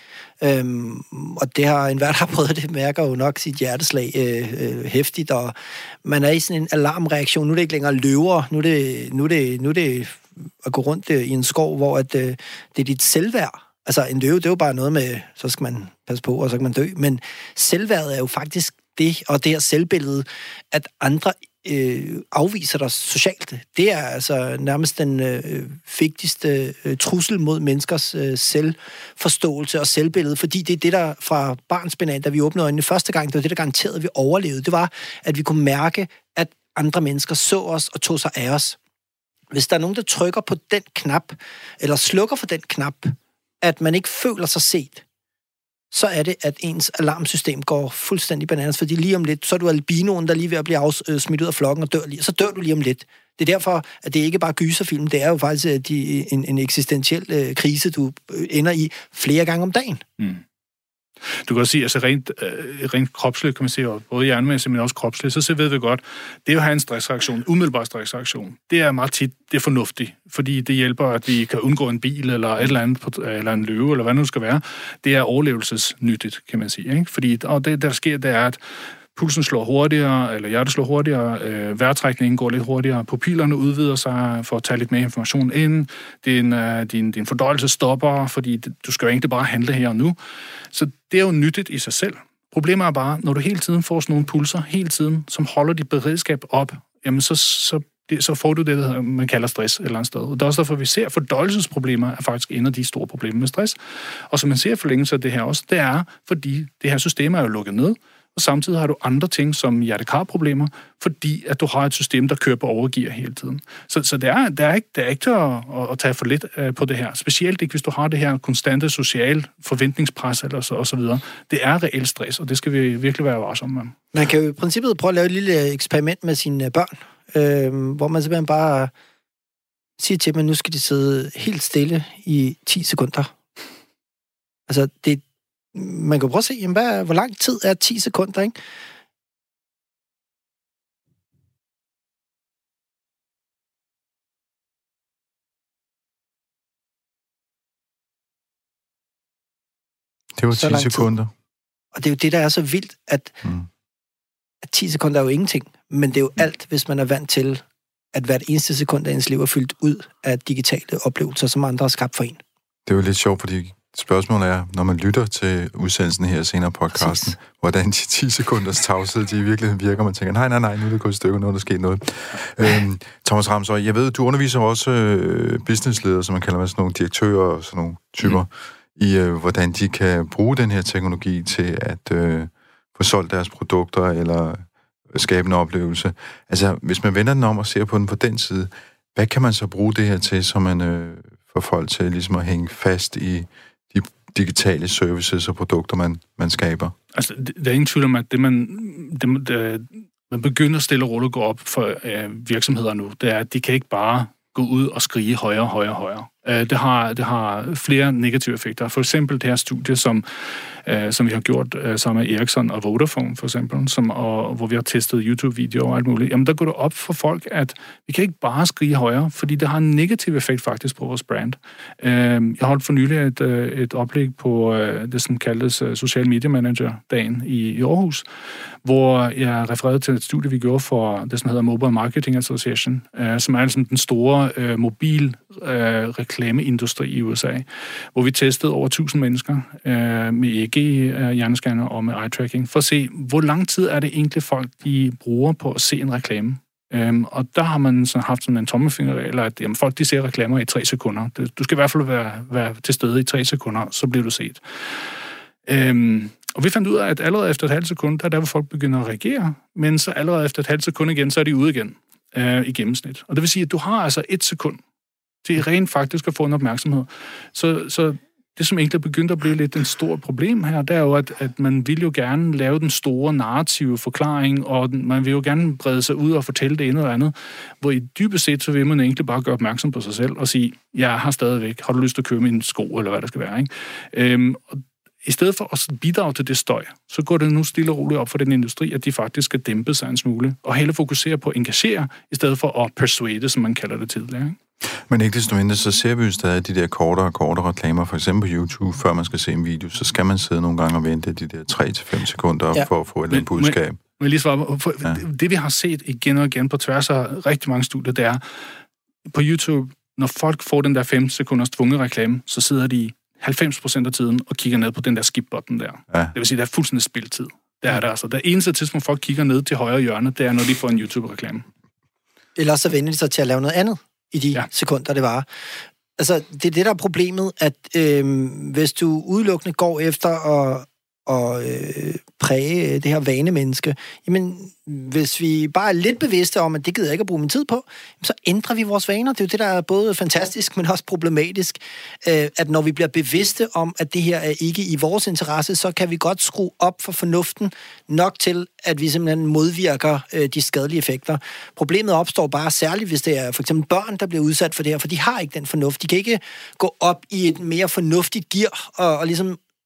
Speaker 3: Og det har enhver, der har prøvet det, mærker jo nok sit hjerteslag hæftigt. Og man er i sådan en alarmreaktion. Nu er det ikke længere løver. Nu er det at gå rundt i en skov, hvor det er dit selvværd. Altså en løve, det er jo bare noget med, så skal man passe på, og så kan man dø. Men selvværdet er jo faktisk det, og det her selvbillede, at andre afviser dig socialt. Det er altså nærmest den vigtigste trussel mod menneskers selvforståelse og selvbillede, fordi det er det, der fra barnsben af, da vi åbnede øjnene første gang, det var det, der garanterede, at vi overlevede. Det var, at vi kunne mærke, at andre mennesker så os og tog sig af os. Hvis der er nogen, der trykker på den knap, eller slukker for den knap, at man ikke føler sig set, så er det, at ens alarmsystem går fuldstændig bananas, fordi lige om lidt, så er du albinoen, der lige ved at blive smidt ud af flokken og dør lige, så dør du lige om lidt. Det er derfor, at det ikke bare gyserfilm, det er jo faktisk en eksistentiel krise, du ender i flere gange om dagen.
Speaker 4: Du kan også sige, altså rent kropsligt, kan man sige, og både hjernemæssigt, men også kropsligt, så ved vi godt, det er jo at have en stressreaktion, umiddelbar stressreaktion. Det er meget tit, det er fornuftigt, fordi det hjælper, at vi kan undgå en bil, eller et eller andet, eller en løve, eller hvad det nu skal være. Det er overlevelsesnyttigt, kan man sige, ikke? Fordi det, der sker, det er, at pulsen slår hurtigere, eller hjertet slår hurtigere, vejrtrækningen går lidt hurtigere, pupillerne udvider sig for at tage lidt mere information ind, din fordøjelse stopper, fordi du skal jo egentlig bare handle her og nu. Så det er jo nyttigt i sig selv. Problemet er bare, når du hele tiden får sådan nogle pulser, hele tiden, som holder dit beredskab op, jamen så får du det, man kalder stress et eller andet sted. Og det er også derfor, vi ser, at fordøjelsesproblemer er faktisk en af de store problemer med stress. Og som man ser forlængelse af det her også, det er, fordi det her system er jo lukket ned, og samtidig har du andre ting som hjertekarproblemer, fordi at du har et system, der kører på overgear hele tiden. Så det er ikke til at tage for lidt på det her. Specielt ikke, hvis du har det her konstante sociale forventningspres eller og så videre. Det er reelt stress, og det skal vi virkelig være varsomme med.
Speaker 3: Man kan jo i princippet prøve at lave et lille eksperiment med sine børn, hvor man simpelthen bare siger til dem, at nu skal de sidde helt stille i 10 sekunder. Altså, man kan prøve at se, jamen, hvor lang tid er 10 sekunder, ikke?
Speaker 1: Det var 10 sekunder.
Speaker 3: Og det er jo det, der er så vildt, at 10 sekunder er jo ingenting, men det er jo alt, hvis man er vant til, at hvert eneste sekund af ens liv er fyldt ud af digitale oplevelser, som andre har skabt for en.
Speaker 1: Det er jo lidt sjovt, fordi spørgsmålet er, når man lytter til udsendelsen her senere på podcasten, hvordan de 10 sekunders tavshed, de i virkeligheden virker, man tænker, nej, nu er det gået et stykke, nu er der sket noget. Thomas Ramsøj, jeg ved, du underviser også businessledere, som man kalder sådan nogle direktører og sådan nogle typer, i hvordan de kan bruge den her teknologi til at få solgt deres produkter eller skabe en oplevelse. Altså, hvis man vender den om og ser på den på den side, hvad kan man så bruge det her til, så man får folk til ligesom at hænge fast i de digitale services og produkter, man skaber? Altså,
Speaker 4: der er ingen tvivl om, at man begynder stille og roligt at gå op for virksomheder nu, det er, at de kan ikke bare gå ud og skrige højere. Det har flere negative effekter. For eksempel det her studie, som vi har gjort sammen med Ericsson og Vodafone, for eksempel, hvor vi har testet YouTube-videoer og alt muligt. Jamen, der går det op for folk, at vi kan ikke bare skrige højere, fordi det har en negativ effekt faktisk på vores brand. Jeg holdt for nylig et oplæg på det, som kaldes Social Media Manager-dagen i Aarhus, hvor jeg refererede til et studie, vi gjorde for det, som hedder Mobile Marketing Association, som er altså den store mobil reklameindustri i USA, hvor vi testede over 1000 mennesker med EEG-hjernescanner og med eye-tracking, for at se, hvor lang tid er det egentlig folk, de bruger på at se en reklame. Og der har man så haft sådan en tommelfingerregel, at jamen, folk de ser reklamer i 3 sekunder. Du skal i hvert fald være til stede i 3 sekunder, så bliver du set. Og vi fandt ud af, at allerede efter et halvt sekund, der er der, hvor folk begynder at reagere, men så allerede efter et halvt sekund igen, så er de ude igen i gennemsnit. Og det vil sige, at du har altså 1 sekund til rent faktisk at få en opmærksomhed. Så det, som egentlig begyndte at blive lidt en stor problem her, det er jo, at man vil jo gerne lave den store narrative forklaring, og man vil jo gerne brede sig ud og fortælle det ene eller andet, hvor i dybest set, så vil man egentlig bare gøre opmærksom på sig selv og sige, jeg har stadigvæk, har du lyst til at købe min sko, eller hvad der skal være, ikke? Og i stedet for at bidrage til det støj, så går det nu stille og roligt op for den industri, at de faktisk skal dæmpe sig en smule, og hellere fokusere på at engagere, i stedet for at persuade, som man kalder det tidligere, ikke?
Speaker 1: Men ikke desto mindre, så ser vi jo stadig de der kortere reklamer, for eksempel på YouTube, før man skal se en video, så skal man sidde nogle gange og vente de der 3-5 sekunder for at få et eller andet budskab.
Speaker 4: Men lige svare, det vi har set igen og igen på tværs af rigtig mange studier, det er, på YouTube, når folk får den der 5 sekunders tvunget reklame, så sidder de 90% af tiden og kigger ned på den der skip-button der. Ja. Det vil sige, der er fuldstændig spildtid. Det er der altså. Der eneste tidspunkt, folk kigger ned til højre hjørne, det er, når de får en YouTube-reklame. Ellers
Speaker 3: så vender de sig til at lave noget andet i de sekunder, det var. Altså, det er det, der er problemet, at hvis du udelukkende går efter at præge det her vanemenneske, jamen, hvis vi bare er lidt bevidste om, at det gider jeg ikke at bruge min tid på, så ændrer vi vores vaner. Det er jo det, der er både fantastisk, men også problematisk, at når vi bliver bevidste om, at det her er ikke i vores interesse, så kan vi godt skrue op for fornuften nok til, at vi simpelthen modvirker de skadelige effekter. Problemet opstår bare særligt, hvis det er for eksempel børn, der bliver udsat for det her, for de har ikke den fornuft. De kan ikke gå op i et mere fornuftigt gear og ligesom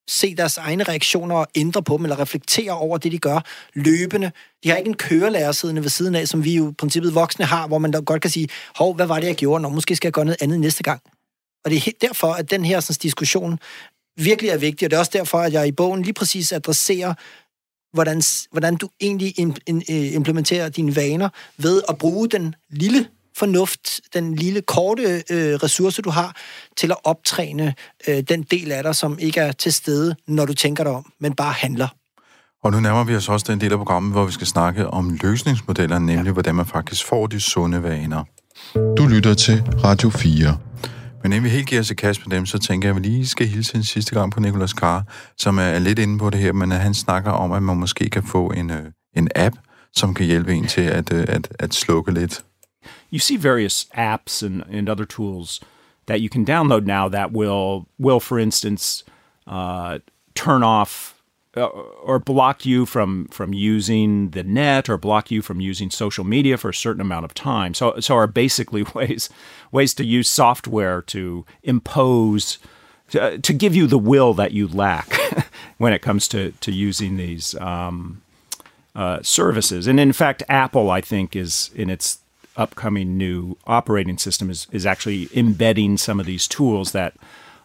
Speaker 3: se deres egne reaktioner og ændre på dem, eller reflektere over det, de gør løbende. De har ikke en kørelærer siddende ved siden af, som vi jo i princippet voksne har, hvor man da godt kan sige, hov, hvad var det, jeg gjorde? Nå, måske skal jeg gøre noget andet næste gang. Og det er derfor, at den her sådan, diskussion virkelig er vigtig, og det er også derfor, at jeg i bogen lige præcis adresserer, hvordan du egentlig implementerer dine vaner ved at bruge den lille fornuft, den lille korte ressource, du har, til at optræne den del af dig, som ikke er til stede, når du tænker dig om, men bare handler.
Speaker 1: Og nu nærmer vi os også den del af programmet, hvor vi skal snakke om løsningsmodeller, nemlig hvordan man faktisk får de sunde vaner. Du lytter til Radio 4. Men inden vi helt giver os i kast med dem, så tænker jeg, at vi lige skal hilse en sidste gang på Nicolas Carr, som er lidt inde på det her, men han snakker om, at man måske kan få en app, som kan hjælpe en til at slukke lidt.
Speaker 5: You see various apps and other tools that you can download now that will for instance, turn off or block you from using the net or block you from using social media for a certain amount of time. So are basically ways to use software to impose, to give you the will that you lack when it comes to using these services. And in fact, Apple, I think, is in its upcoming new operating system is actually embedding some of these tools that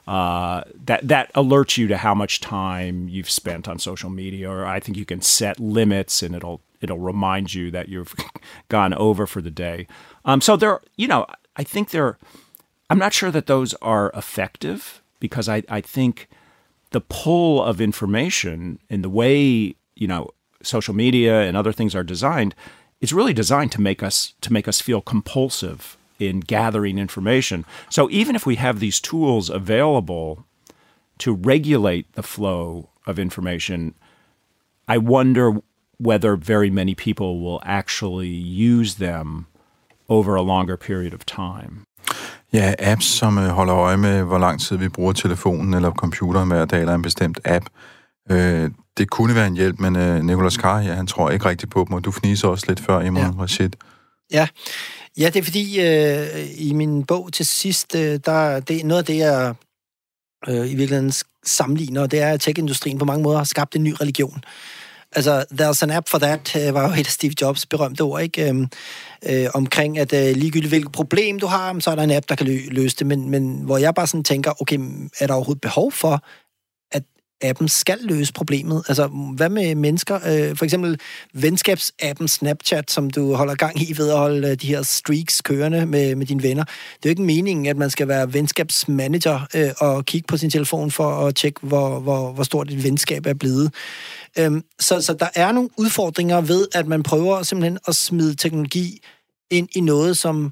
Speaker 5: alerts you to how much time you've spent on social media, or I think you can set limits and it'll remind you that you've gone over for the day. So there, I think I'm not sure that those are effective because I think the pull of information and the way, social media and other things are designed, it's really designed to make us feel compulsive in gathering information. So even if we have these tools available to regulate the flow of information, I wonder whether very many people will actually use them over a longer period of time.
Speaker 1: Ja, apps, som holder øje med, hvor lang tid vi bruger telefonen eller computeren hver dag, eller en bestemt app. Det kunne være en hjælp, men Nicolas Carr, han tror ikke rigtig på dem, og du fniser også lidt før, Imran Rashid.
Speaker 3: Ja, det er fordi, i min bog til sidst, det er noget af det, jeg i virkeligheden sammenligner, det er, at tech-industrien på mange måder har skabt en ny religion. Altså, there's an app for that, var jo et af Steve Jobs berømte ord, ikke? Omkring, at ligegyldigt hvilket problem du har, så er der en app, der kan løse det, men hvor jeg bare sådan tænker, okay, er der overhovedet behov for, at appen skal løse problemet? Altså, hvad med mennesker? For eksempel venskabsappen Snapchat, som du holder gang i ved at holde de her streaks kørende med dine venner. Det er jo ikke meningen, at man skal være venskabsmanager og kigge på sin telefon for at tjekke, hvor stort et venskab er blevet. Så der er nogle udfordringer ved, at man prøver simpelthen at smide teknologi ind i noget, som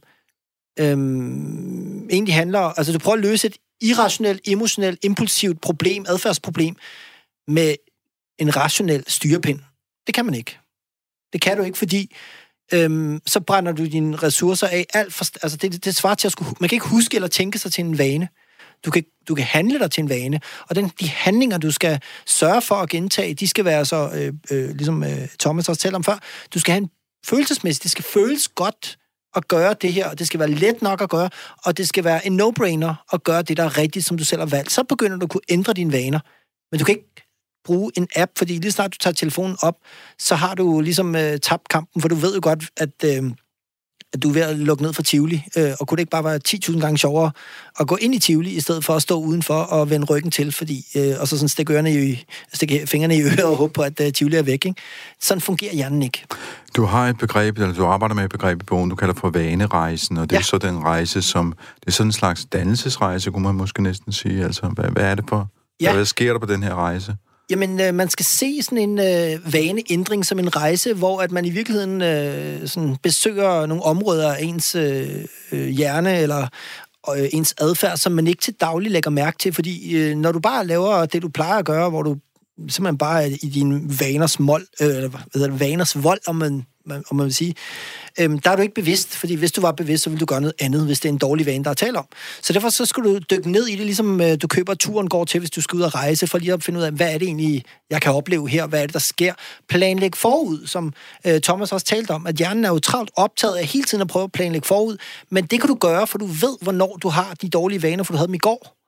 Speaker 3: egentlig handler... Altså, du prøver at løse et irrationelt, emotionelt, impulsivt problem, adfærdsproblem, med en rationel styrepind. Det kan man ikke. Det kan du ikke, fordi så brænder du dine ressourcer af alt for... Altså, det svarer til at skulle... Man kan ikke huske eller tænke sig til en vane. Du kan handle dig til en vane, og de handlinger, du skal sørge for at gentage, de skal være så, ligesom Thomas også talte om før, du skal have en følelsesmæssigt, det skal føles godt at gøre det her, og det skal være let nok at gøre, og det skal være en no-brainer at gøre det, der er rigtigt, som du selv har valgt. Så begynder du at kunne ændre dine vaner. Men du kan ikke bruge en app, fordi lige snart du tager telefonen op, så har du ligesom tabt kampen, for du ved jo godt, at du er ved at lukke ned for Tivoli, og kunne det ikke bare være 10.000 gange sjovere at gå ind i Tivoli, i stedet for at stå udenfor og vende ryggen til, fordi, og så sådan stikke fingrene i øret og håbe på, at Tivoli er væk. Ikke? Sådan fungerer hjernen ikke. Du
Speaker 1: har et begreb, eller du arbejder med et begreb i bogen, du kalder for vanerejsen, og det er så den rejse, som, det er sådan en slags dannelsesrejse, kunne man måske næsten sige. Altså, hvad er det for? Ja. Hvad sker der på den her rejse?
Speaker 3: Jamen, man skal se sådan en vaneændring som en rejse, hvor at man i virkeligheden sådan besøger nogle områder af ens hjerne eller ens adfærd, som man ikke til daglig lægger mærke til, fordi når du bare laver det, du plejer at gøre, hvor du simpelthen bare er i dine vaners vaners vold, om man vil sige, der er du ikke bevidst, fordi hvis du var bevidst, så ville du gøre noget andet, hvis det er en dårlig vane, der er tale om. Så derfor så skal du dykke ned i det, ligesom du køber turen går til, hvis du skal ud og rejse, for lige at finde ud af, hvad er det egentlig, jeg kan opleve her, hvad er det, der sker. Planlæg forud, som Thomas også talte om, at hjernen er jo travlt optaget af hele tiden at prøve at planlægge forud, men det kan du gøre, for du ved, hvornår du har de dårlige vaner, for du havde dem i går.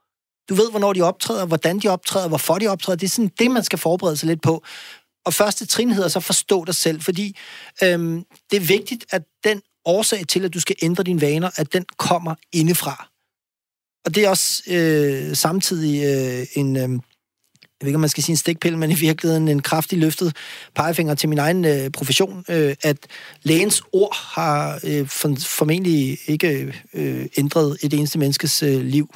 Speaker 3: Du ved, hvornår de optræder, hvordan de optræder, hvorfor de optræder. Det er sådan det, man skal forberede sig lidt på. Og første trin hedder så forstå dig selv, fordi det er vigtigt, at den årsag til, at du skal ændre dine vaner, at den kommer indefra. Og det er også samtidig jeg ved ikke, om man skal sige en stikpille, men i virkeligheden en kraftig løftet pegefinger til min egen profession, at lægens ord har formentlig ikke ændret et eneste menneskes liv.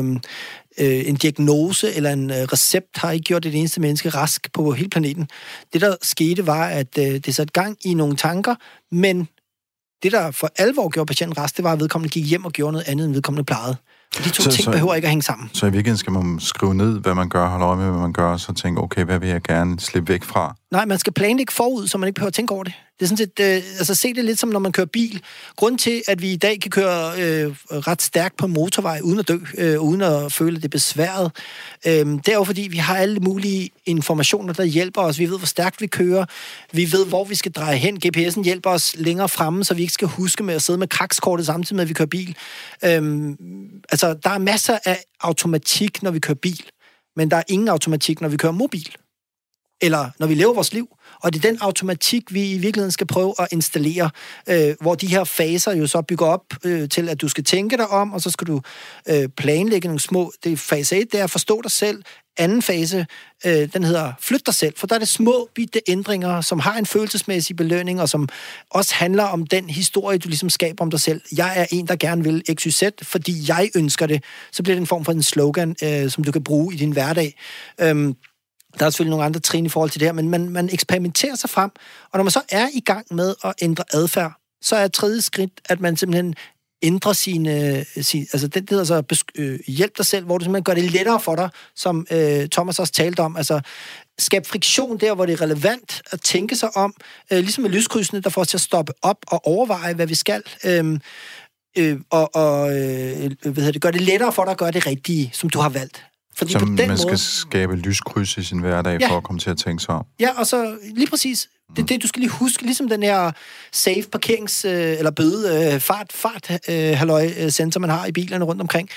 Speaker 3: En diagnose eller en recept har ikke gjort et eneste menneske rask på hele planeten. Det, der skete, var, at det satte gang i nogle tanker, men det, der for alvor gjorde patienten rask, det var, at vedkommende gik hjem og gjorde noget andet, end vedkommende plejede. De to ting behøver ikke at hænge sammen.
Speaker 1: Så i virkeligheden skal man skrive ned, hvad man gør, holde øje med, hvad man gør, og så tænke, okay, hvad vil jeg gerne slippe væk fra?
Speaker 3: Nej, man skal planlægge forud, så man ikke behøver at tænke over det. Det er sådan set, se det lidt som, når man kører bil. Grunden til, at vi i dag kan køre ret stærkt på en motorvej, uden at dø, uden at føle, at det er besværet, det er jo fordi, vi har alle mulige informationer, der hjælper os. Vi ved, hvor stærkt vi kører. Vi ved, hvor vi skal dreje hen. GPS'en hjælper os længere fremme, så vi ikke skal huske med at sidde med krakskortet samtidig med, at vi kører bil. Altså, der er masser af automatik, når vi kører bil, men der er ingen automatik, når vi kører mobil. Eller når vi lever vores liv. Og det er den automatik, vi i virkeligheden skal prøve at installere, hvor de her faser jo så bygger op til, at du skal tænke dig om, og så skal du planlægge nogle små... Det er fase 1, det er at forstå dig selv. Anden fase, den hedder flyt dig selv, for der er det små bitte ændringer, som har en følelsesmæssig belønning, og som også handler om den historie, du ligesom skaber om dig selv. Jeg er en, der gerne vil XYZ, fordi jeg ønsker det. Så bliver det en form for en slogan, som du kan bruge i din hverdag. Der er selvfølgelig nogle andre trin i forhold til det her, men man eksperimenterer sig frem, og når man så er i gang med at ændre adfærd, så er tredje skridt, at man simpelthen ændrer altså det hedder så hjælp dig selv, hvor du simpelthen gør det lettere for dig, som Thomas også talte om, altså skab friktion der, hvor det er relevant at tænke sig om, ligesom med lyskrydsene, der får os til at stoppe op og overveje, hvad vi skal, gør det lettere for dig at gøre det rigtige, som du har valgt.
Speaker 1: Fordi så man skal skabe lyskryds i sin hverdag, for at komme til at tænke sig om.
Speaker 3: Ja, og så lige præcis, det er det, du skal lige huske, ligesom den her safe parkerings- eller bøde sensor, man har i bilerne rundt omkring.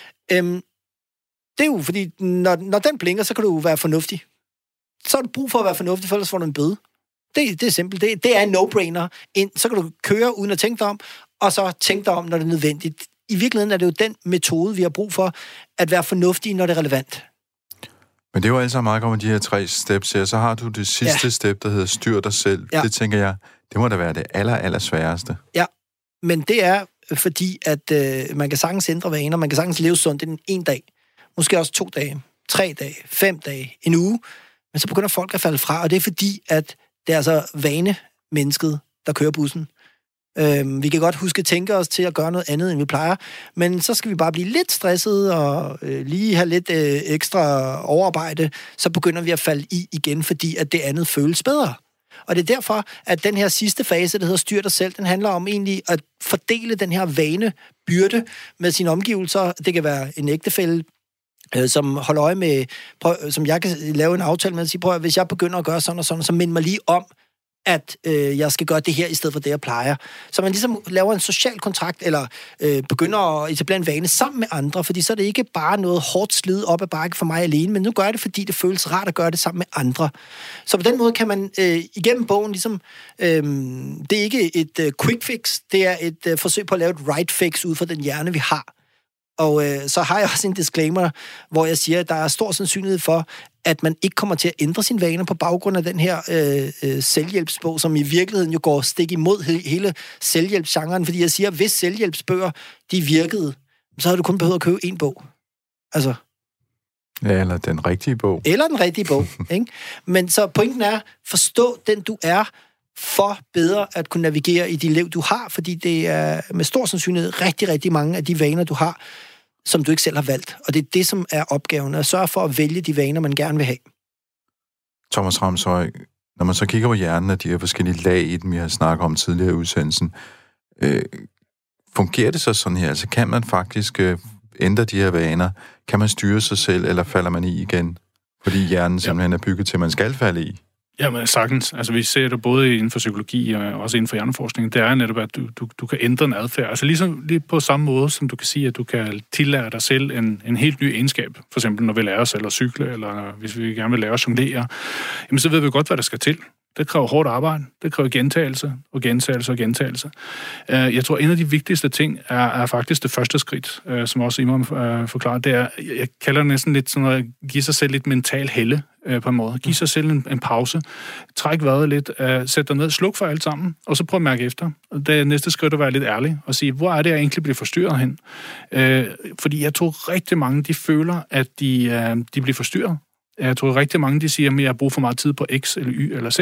Speaker 3: Det er jo, fordi når den blinker, så kan du være fornuftig. Så har du brug for at være fornuftig, for ellers får du en bøde. Det er simpelt. Det er en no-brainer. Så kan du køre uden at tænke dig om, og så tænke dig om, når det er nødvendigt. I virkeligheden er det jo den metode, vi har brug for, at være fornuftige, når det er relevant.
Speaker 1: Men det er jo altså meget godt med de her 3 steps her. Så har du det sidste step, der hedder styr dig selv. Ja. Det tænker jeg, det må da være det aller sværeste. Ja,
Speaker 3: men det er fordi, at man kan sagtens ændre vaner, man kan sagtens leve sundt inden 1 dag, måske også 2 dage, 3 dage, 5 dage, en uge, men så begynder folk at falde fra, og det er fordi, at det er altså vanemennesket, der kører bussen. Vi kan godt huske at tænke os til at gøre noget andet, end vi plejer, men så skal vi bare blive lidt stressede og lige have lidt ekstra overarbejde, så begynder vi at falde i igen, fordi at det andet føles bedre. Og det er derfor, at den her sidste fase, der hedder styr dig selv, den handler om egentlig at fordele den her vanebyrde med sine omgivelser. Det kan være en ægtefælle, som holder øje med, som jeg kan lave en aftale med at sige, prøv at hvis jeg begynder at gøre sådan og sådan, så mind mig lige om, at jeg skal gøre det her, i stedet for det, jeg plejer. Så man ligesom laver en social kontrakt, eller begynder at etablere en vane sammen med andre, fordi så er det ikke bare noget hårdt slid op ad bakke for mig alene, men nu gør jeg det, fordi det føles rart at gøre det sammen med andre. Så på den måde kan man igennem bogen ligesom, det er ikke et quick fix, det er et forsøg på at lave et right fix ud fra den hjerne, vi har. Og så har jeg også en disclaimer, hvor jeg siger, at der er stor sandsynlighed for, at man ikke kommer til at ændre sine vaner på baggrund af den her selvhjælpsbog, som i virkeligheden jo går stik imod hele selvhjælpsgenren, fordi jeg siger, at hvis selvhjælpsbøger, de virkede, så havde du kun behøvet at købe 1 bog. Altså.
Speaker 1: Ja, eller den rigtige bog.
Speaker 3: Eller den rigtige bog, ikke? Men så pointen er, forstå den du er, for bedre at kunne navigere i de liv, du har, fordi det er med stor sandsynlighed rigtig, rigtig mange af de vaner, du har, som du ikke selv har valgt. Og det er det, som er opgaven, at sørge for at vælge de vaner, man gerne vil have.
Speaker 1: Thomas Ramshøj, når man så kigger på hjernen af de her forskellige lag i den, vi har snakket om tidligere i udsendelsen, fungerer det så sådan her? Altså kan man faktisk ændre de her vaner? Kan man styre sig selv, eller falder man i igen? Fordi hjernen simpelthen er bygget til, at man skal falde i.
Speaker 4: Jamen sagtens. Altså vi ser det både inden for psykologi og også inden for hjerneforskning. Det er netop, at du kan ændre en adfærd. Altså lige på samme måde, som du kan sige, at du kan tillære dig selv en helt ny egenskab. For eksempel når vi lærer os selv at cykle, eller hvis vi gerne vil lære at jonglere, jamen så ved vi godt, hvad der skal til. Det kræver hårdt arbejde. Det kræver gentagelse og gentagelse og gentagelse. Jeg tror, en af de vigtigste ting er faktisk det første skridt, som også Imran forklarer. Det er, jeg kalder det næsten lidt sådan at give sig selv lidt mental helle på en måde. Giv sig selv en pause. Træk vejret lidt. Sæt dig ned. Sluk for alt sammen. Og så prøv at mærke efter. Det er næste skridt at være lidt ærlig og sige, hvor er det, jeg egentlig bliver forstyrret hen? Fordi jeg tror rigtig mange, de føler, at de bliver forstyrret. Jeg tror rigtig mange, de siger, at jeg har brug for meget tid på X eller Y eller Z,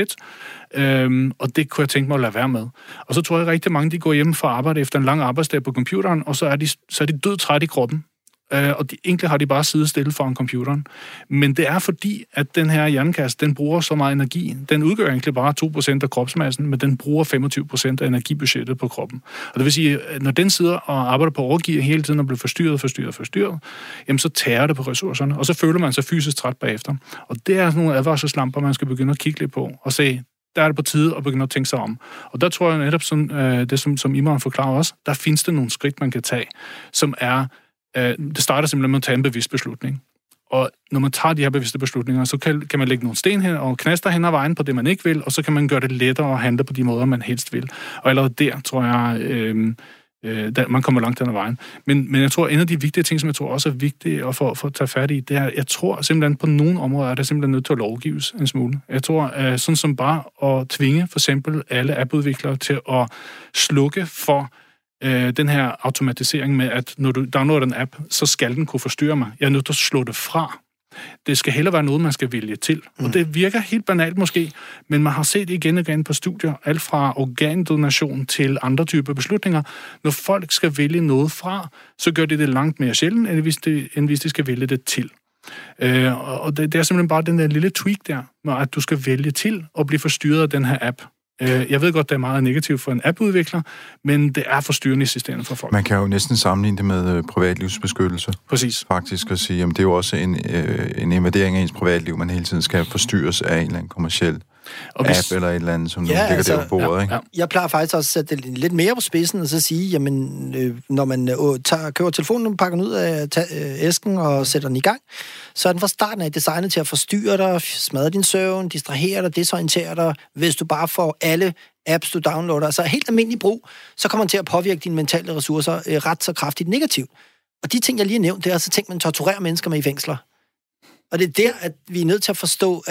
Speaker 4: og det kunne jeg tænke mig at lade være med. Og så tror jeg rigtig mange, de går hjem fra arbejde efter en lang arbejdsdag på computeren, og så er de dødtrætte i kroppen. Og egentlig har de bare siddet stille foran computeren. Men det er fordi, at den her hjernekasse, den bruger så meget energi. Den udgør egentlig bare 2% af kropsmassen, men den bruger 25% af energibudgettet på kroppen. Og det vil sige, at når den sidder og arbejder på overgear hele tiden og bliver forstyrret, jamen så tærer det på ressourcerne, og så føler man sig fysisk træt bagefter. Og det er sådan nogle advarselslamper, man skal begynde at kigge lidt på og se, der er det på tide at begynde at tænke sig om. Og der tror jeg netop, det som Imran forklarer også, der findes der nogle skridt, man kan tage, som er det starter simpelthen med at tage en bevidst beslutning. Og når man tager de her bevidste beslutninger, så kan man lægge nogle sten hen og knaster hen ad vejen på det, man ikke vil, og så kan man gøre det lettere at handle på de måder, man helst vil. Og allerede der, tror jeg, man kommer langt hen ad vejen. Men jeg tror, en af de vigtige ting, som jeg tror også er vigtigt at få tage fat i, det er, jeg tror simpelthen på nogle områder, er det simpelthen nødt til at lovgives en smule. Jeg tror, sådan som bare at tvinge for eksempel alle appudviklere til at slukke for den her automatisering med, at når du downloader en app, så skal den kunne forstyrre mig. Jeg er nødt til at slå det fra. Det skal heller være noget, man skal vælge til. Og det virker helt banalt måske, men man har set igen og igen på studier, alt fra organdonation til andre typer beslutninger. Når folk skal vælge noget fra, så gør de det langt mere sjældent, end hvis de skal vælge det til. Og det er simpelthen bare den der lille tweak der, at du skal vælge til at blive forstyrret af den her app. Jeg ved godt, det er meget negativt for en appudvikler, men det er forstyrrende i sidste ende for folk.
Speaker 1: Man kan jo næsten sammenligne det med privatlivsbeskyttelse.
Speaker 4: Præcis.
Speaker 1: Faktisk at sige, jamen det er jo også en invadering af ens privatliv, man hele tiden skal forstyrres af en eller anden kommerciel app eller et eller andet, som ligger der på bordet. Ikke?
Speaker 3: Jeg plejer faktisk også at sætte det lidt mere på spidsen og så sige, jamen, når man køber telefonen, pakker den ud af æsken og sætter den i gang, så er den fra starten af designet til at forstyrre dig, smadre din søvn, distrahere dig, desorientere dig. Hvis du bare får alle apps, du downloader, så helt almindelig brug, så kommer den til at påvirke dine mentale ressourcer ret så kraftigt negativt. Og de ting, jeg lige har nævnt, det er altså ting, man torturerer mennesker med i fængsler. Og det er der, at vi er nødt til at forstå,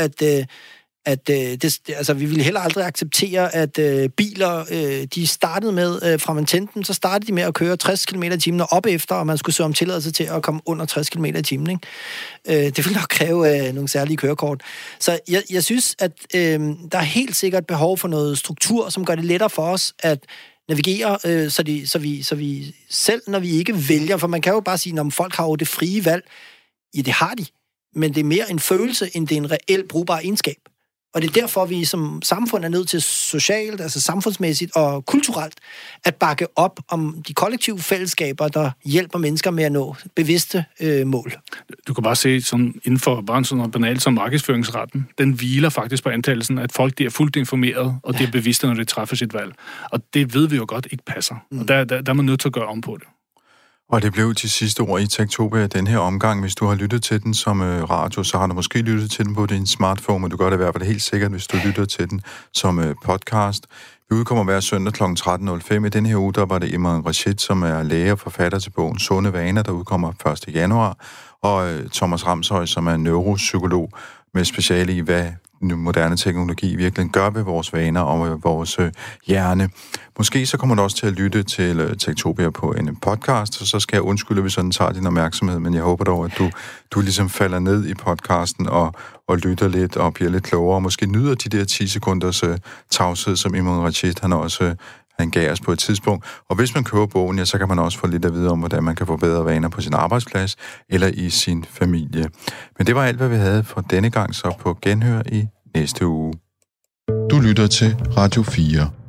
Speaker 3: at vi ville heller aldrig acceptere, at biler, de startede med, fra man tændte dem, så startede de med at køre 60 km i timen og op efter, og man skulle søge om tilladelse til at komme under 60 km i timen. Ikke? Det ville nok kræve nogle særlige kørekort. Så jeg synes, at der er helt sikkert behov for noget struktur, som gør det lettere for os at navigere, så vi selv, når vi ikke vælger, for man kan jo bare sige, når folk har jo det frie valg, ja, det har de, men det er mere en følelse, end det er en reelt brugbar egenskab. Og det er derfor, vi som samfund er nødt til socialt, altså samfundsmæssigt og kulturelt, at bakke op om de kollektive fællesskaber, der hjælper mennesker med at nå bevidste mål. Du kan bare se, sådan, inden for bare sådan noget banalt som markedsføringsretten, den hviler faktisk på antagelsen, at folk de er fuldt informeret, og de er bevidste, når de træffer sit valg. Og det ved vi jo godt ikke passer. Og der er man nødt til at gøre om på det. Og det blev til sidste ord i Techtopia den her omgang. Hvis du har lyttet til den som radio, så har du måske lyttet til den på din smartphone, men du gør det i hvert fald helt sikkert, hvis du lytter til den som podcast. Vi udkommer hver søndag kl. 13.05. I den her uge, der var det Imran Rashid, som er læge og forfatter til bogen Sunde Vaner, der udkommer 1. januar, og Thomas Ramshøj, som er neuropsykolog med speciale i, hvad moderne teknologi virkelig gør ved vores vaner og ved vores hjerne. Måske så kommer du også til at lytte til Techtopia på en podcast, og så skal jeg undskylde, hvis sådan tager din opmærksomhed, men jeg håber dog, at du ligesom falder ned i podcasten og lytter lidt og bliver lidt klogere, og måske nyder de der 10 sekunders tavshed, som Imran Rashid, han gav os på et tidspunkt. Og hvis man køber bogen, ja, så kan man også få lidt at vide om, hvordan man kan få bedre vaner på sin arbejdsplads eller i sin familie. Men det var alt, hvad vi havde for denne gang, så på genhør i næste uge. Du lytter til Radio 4.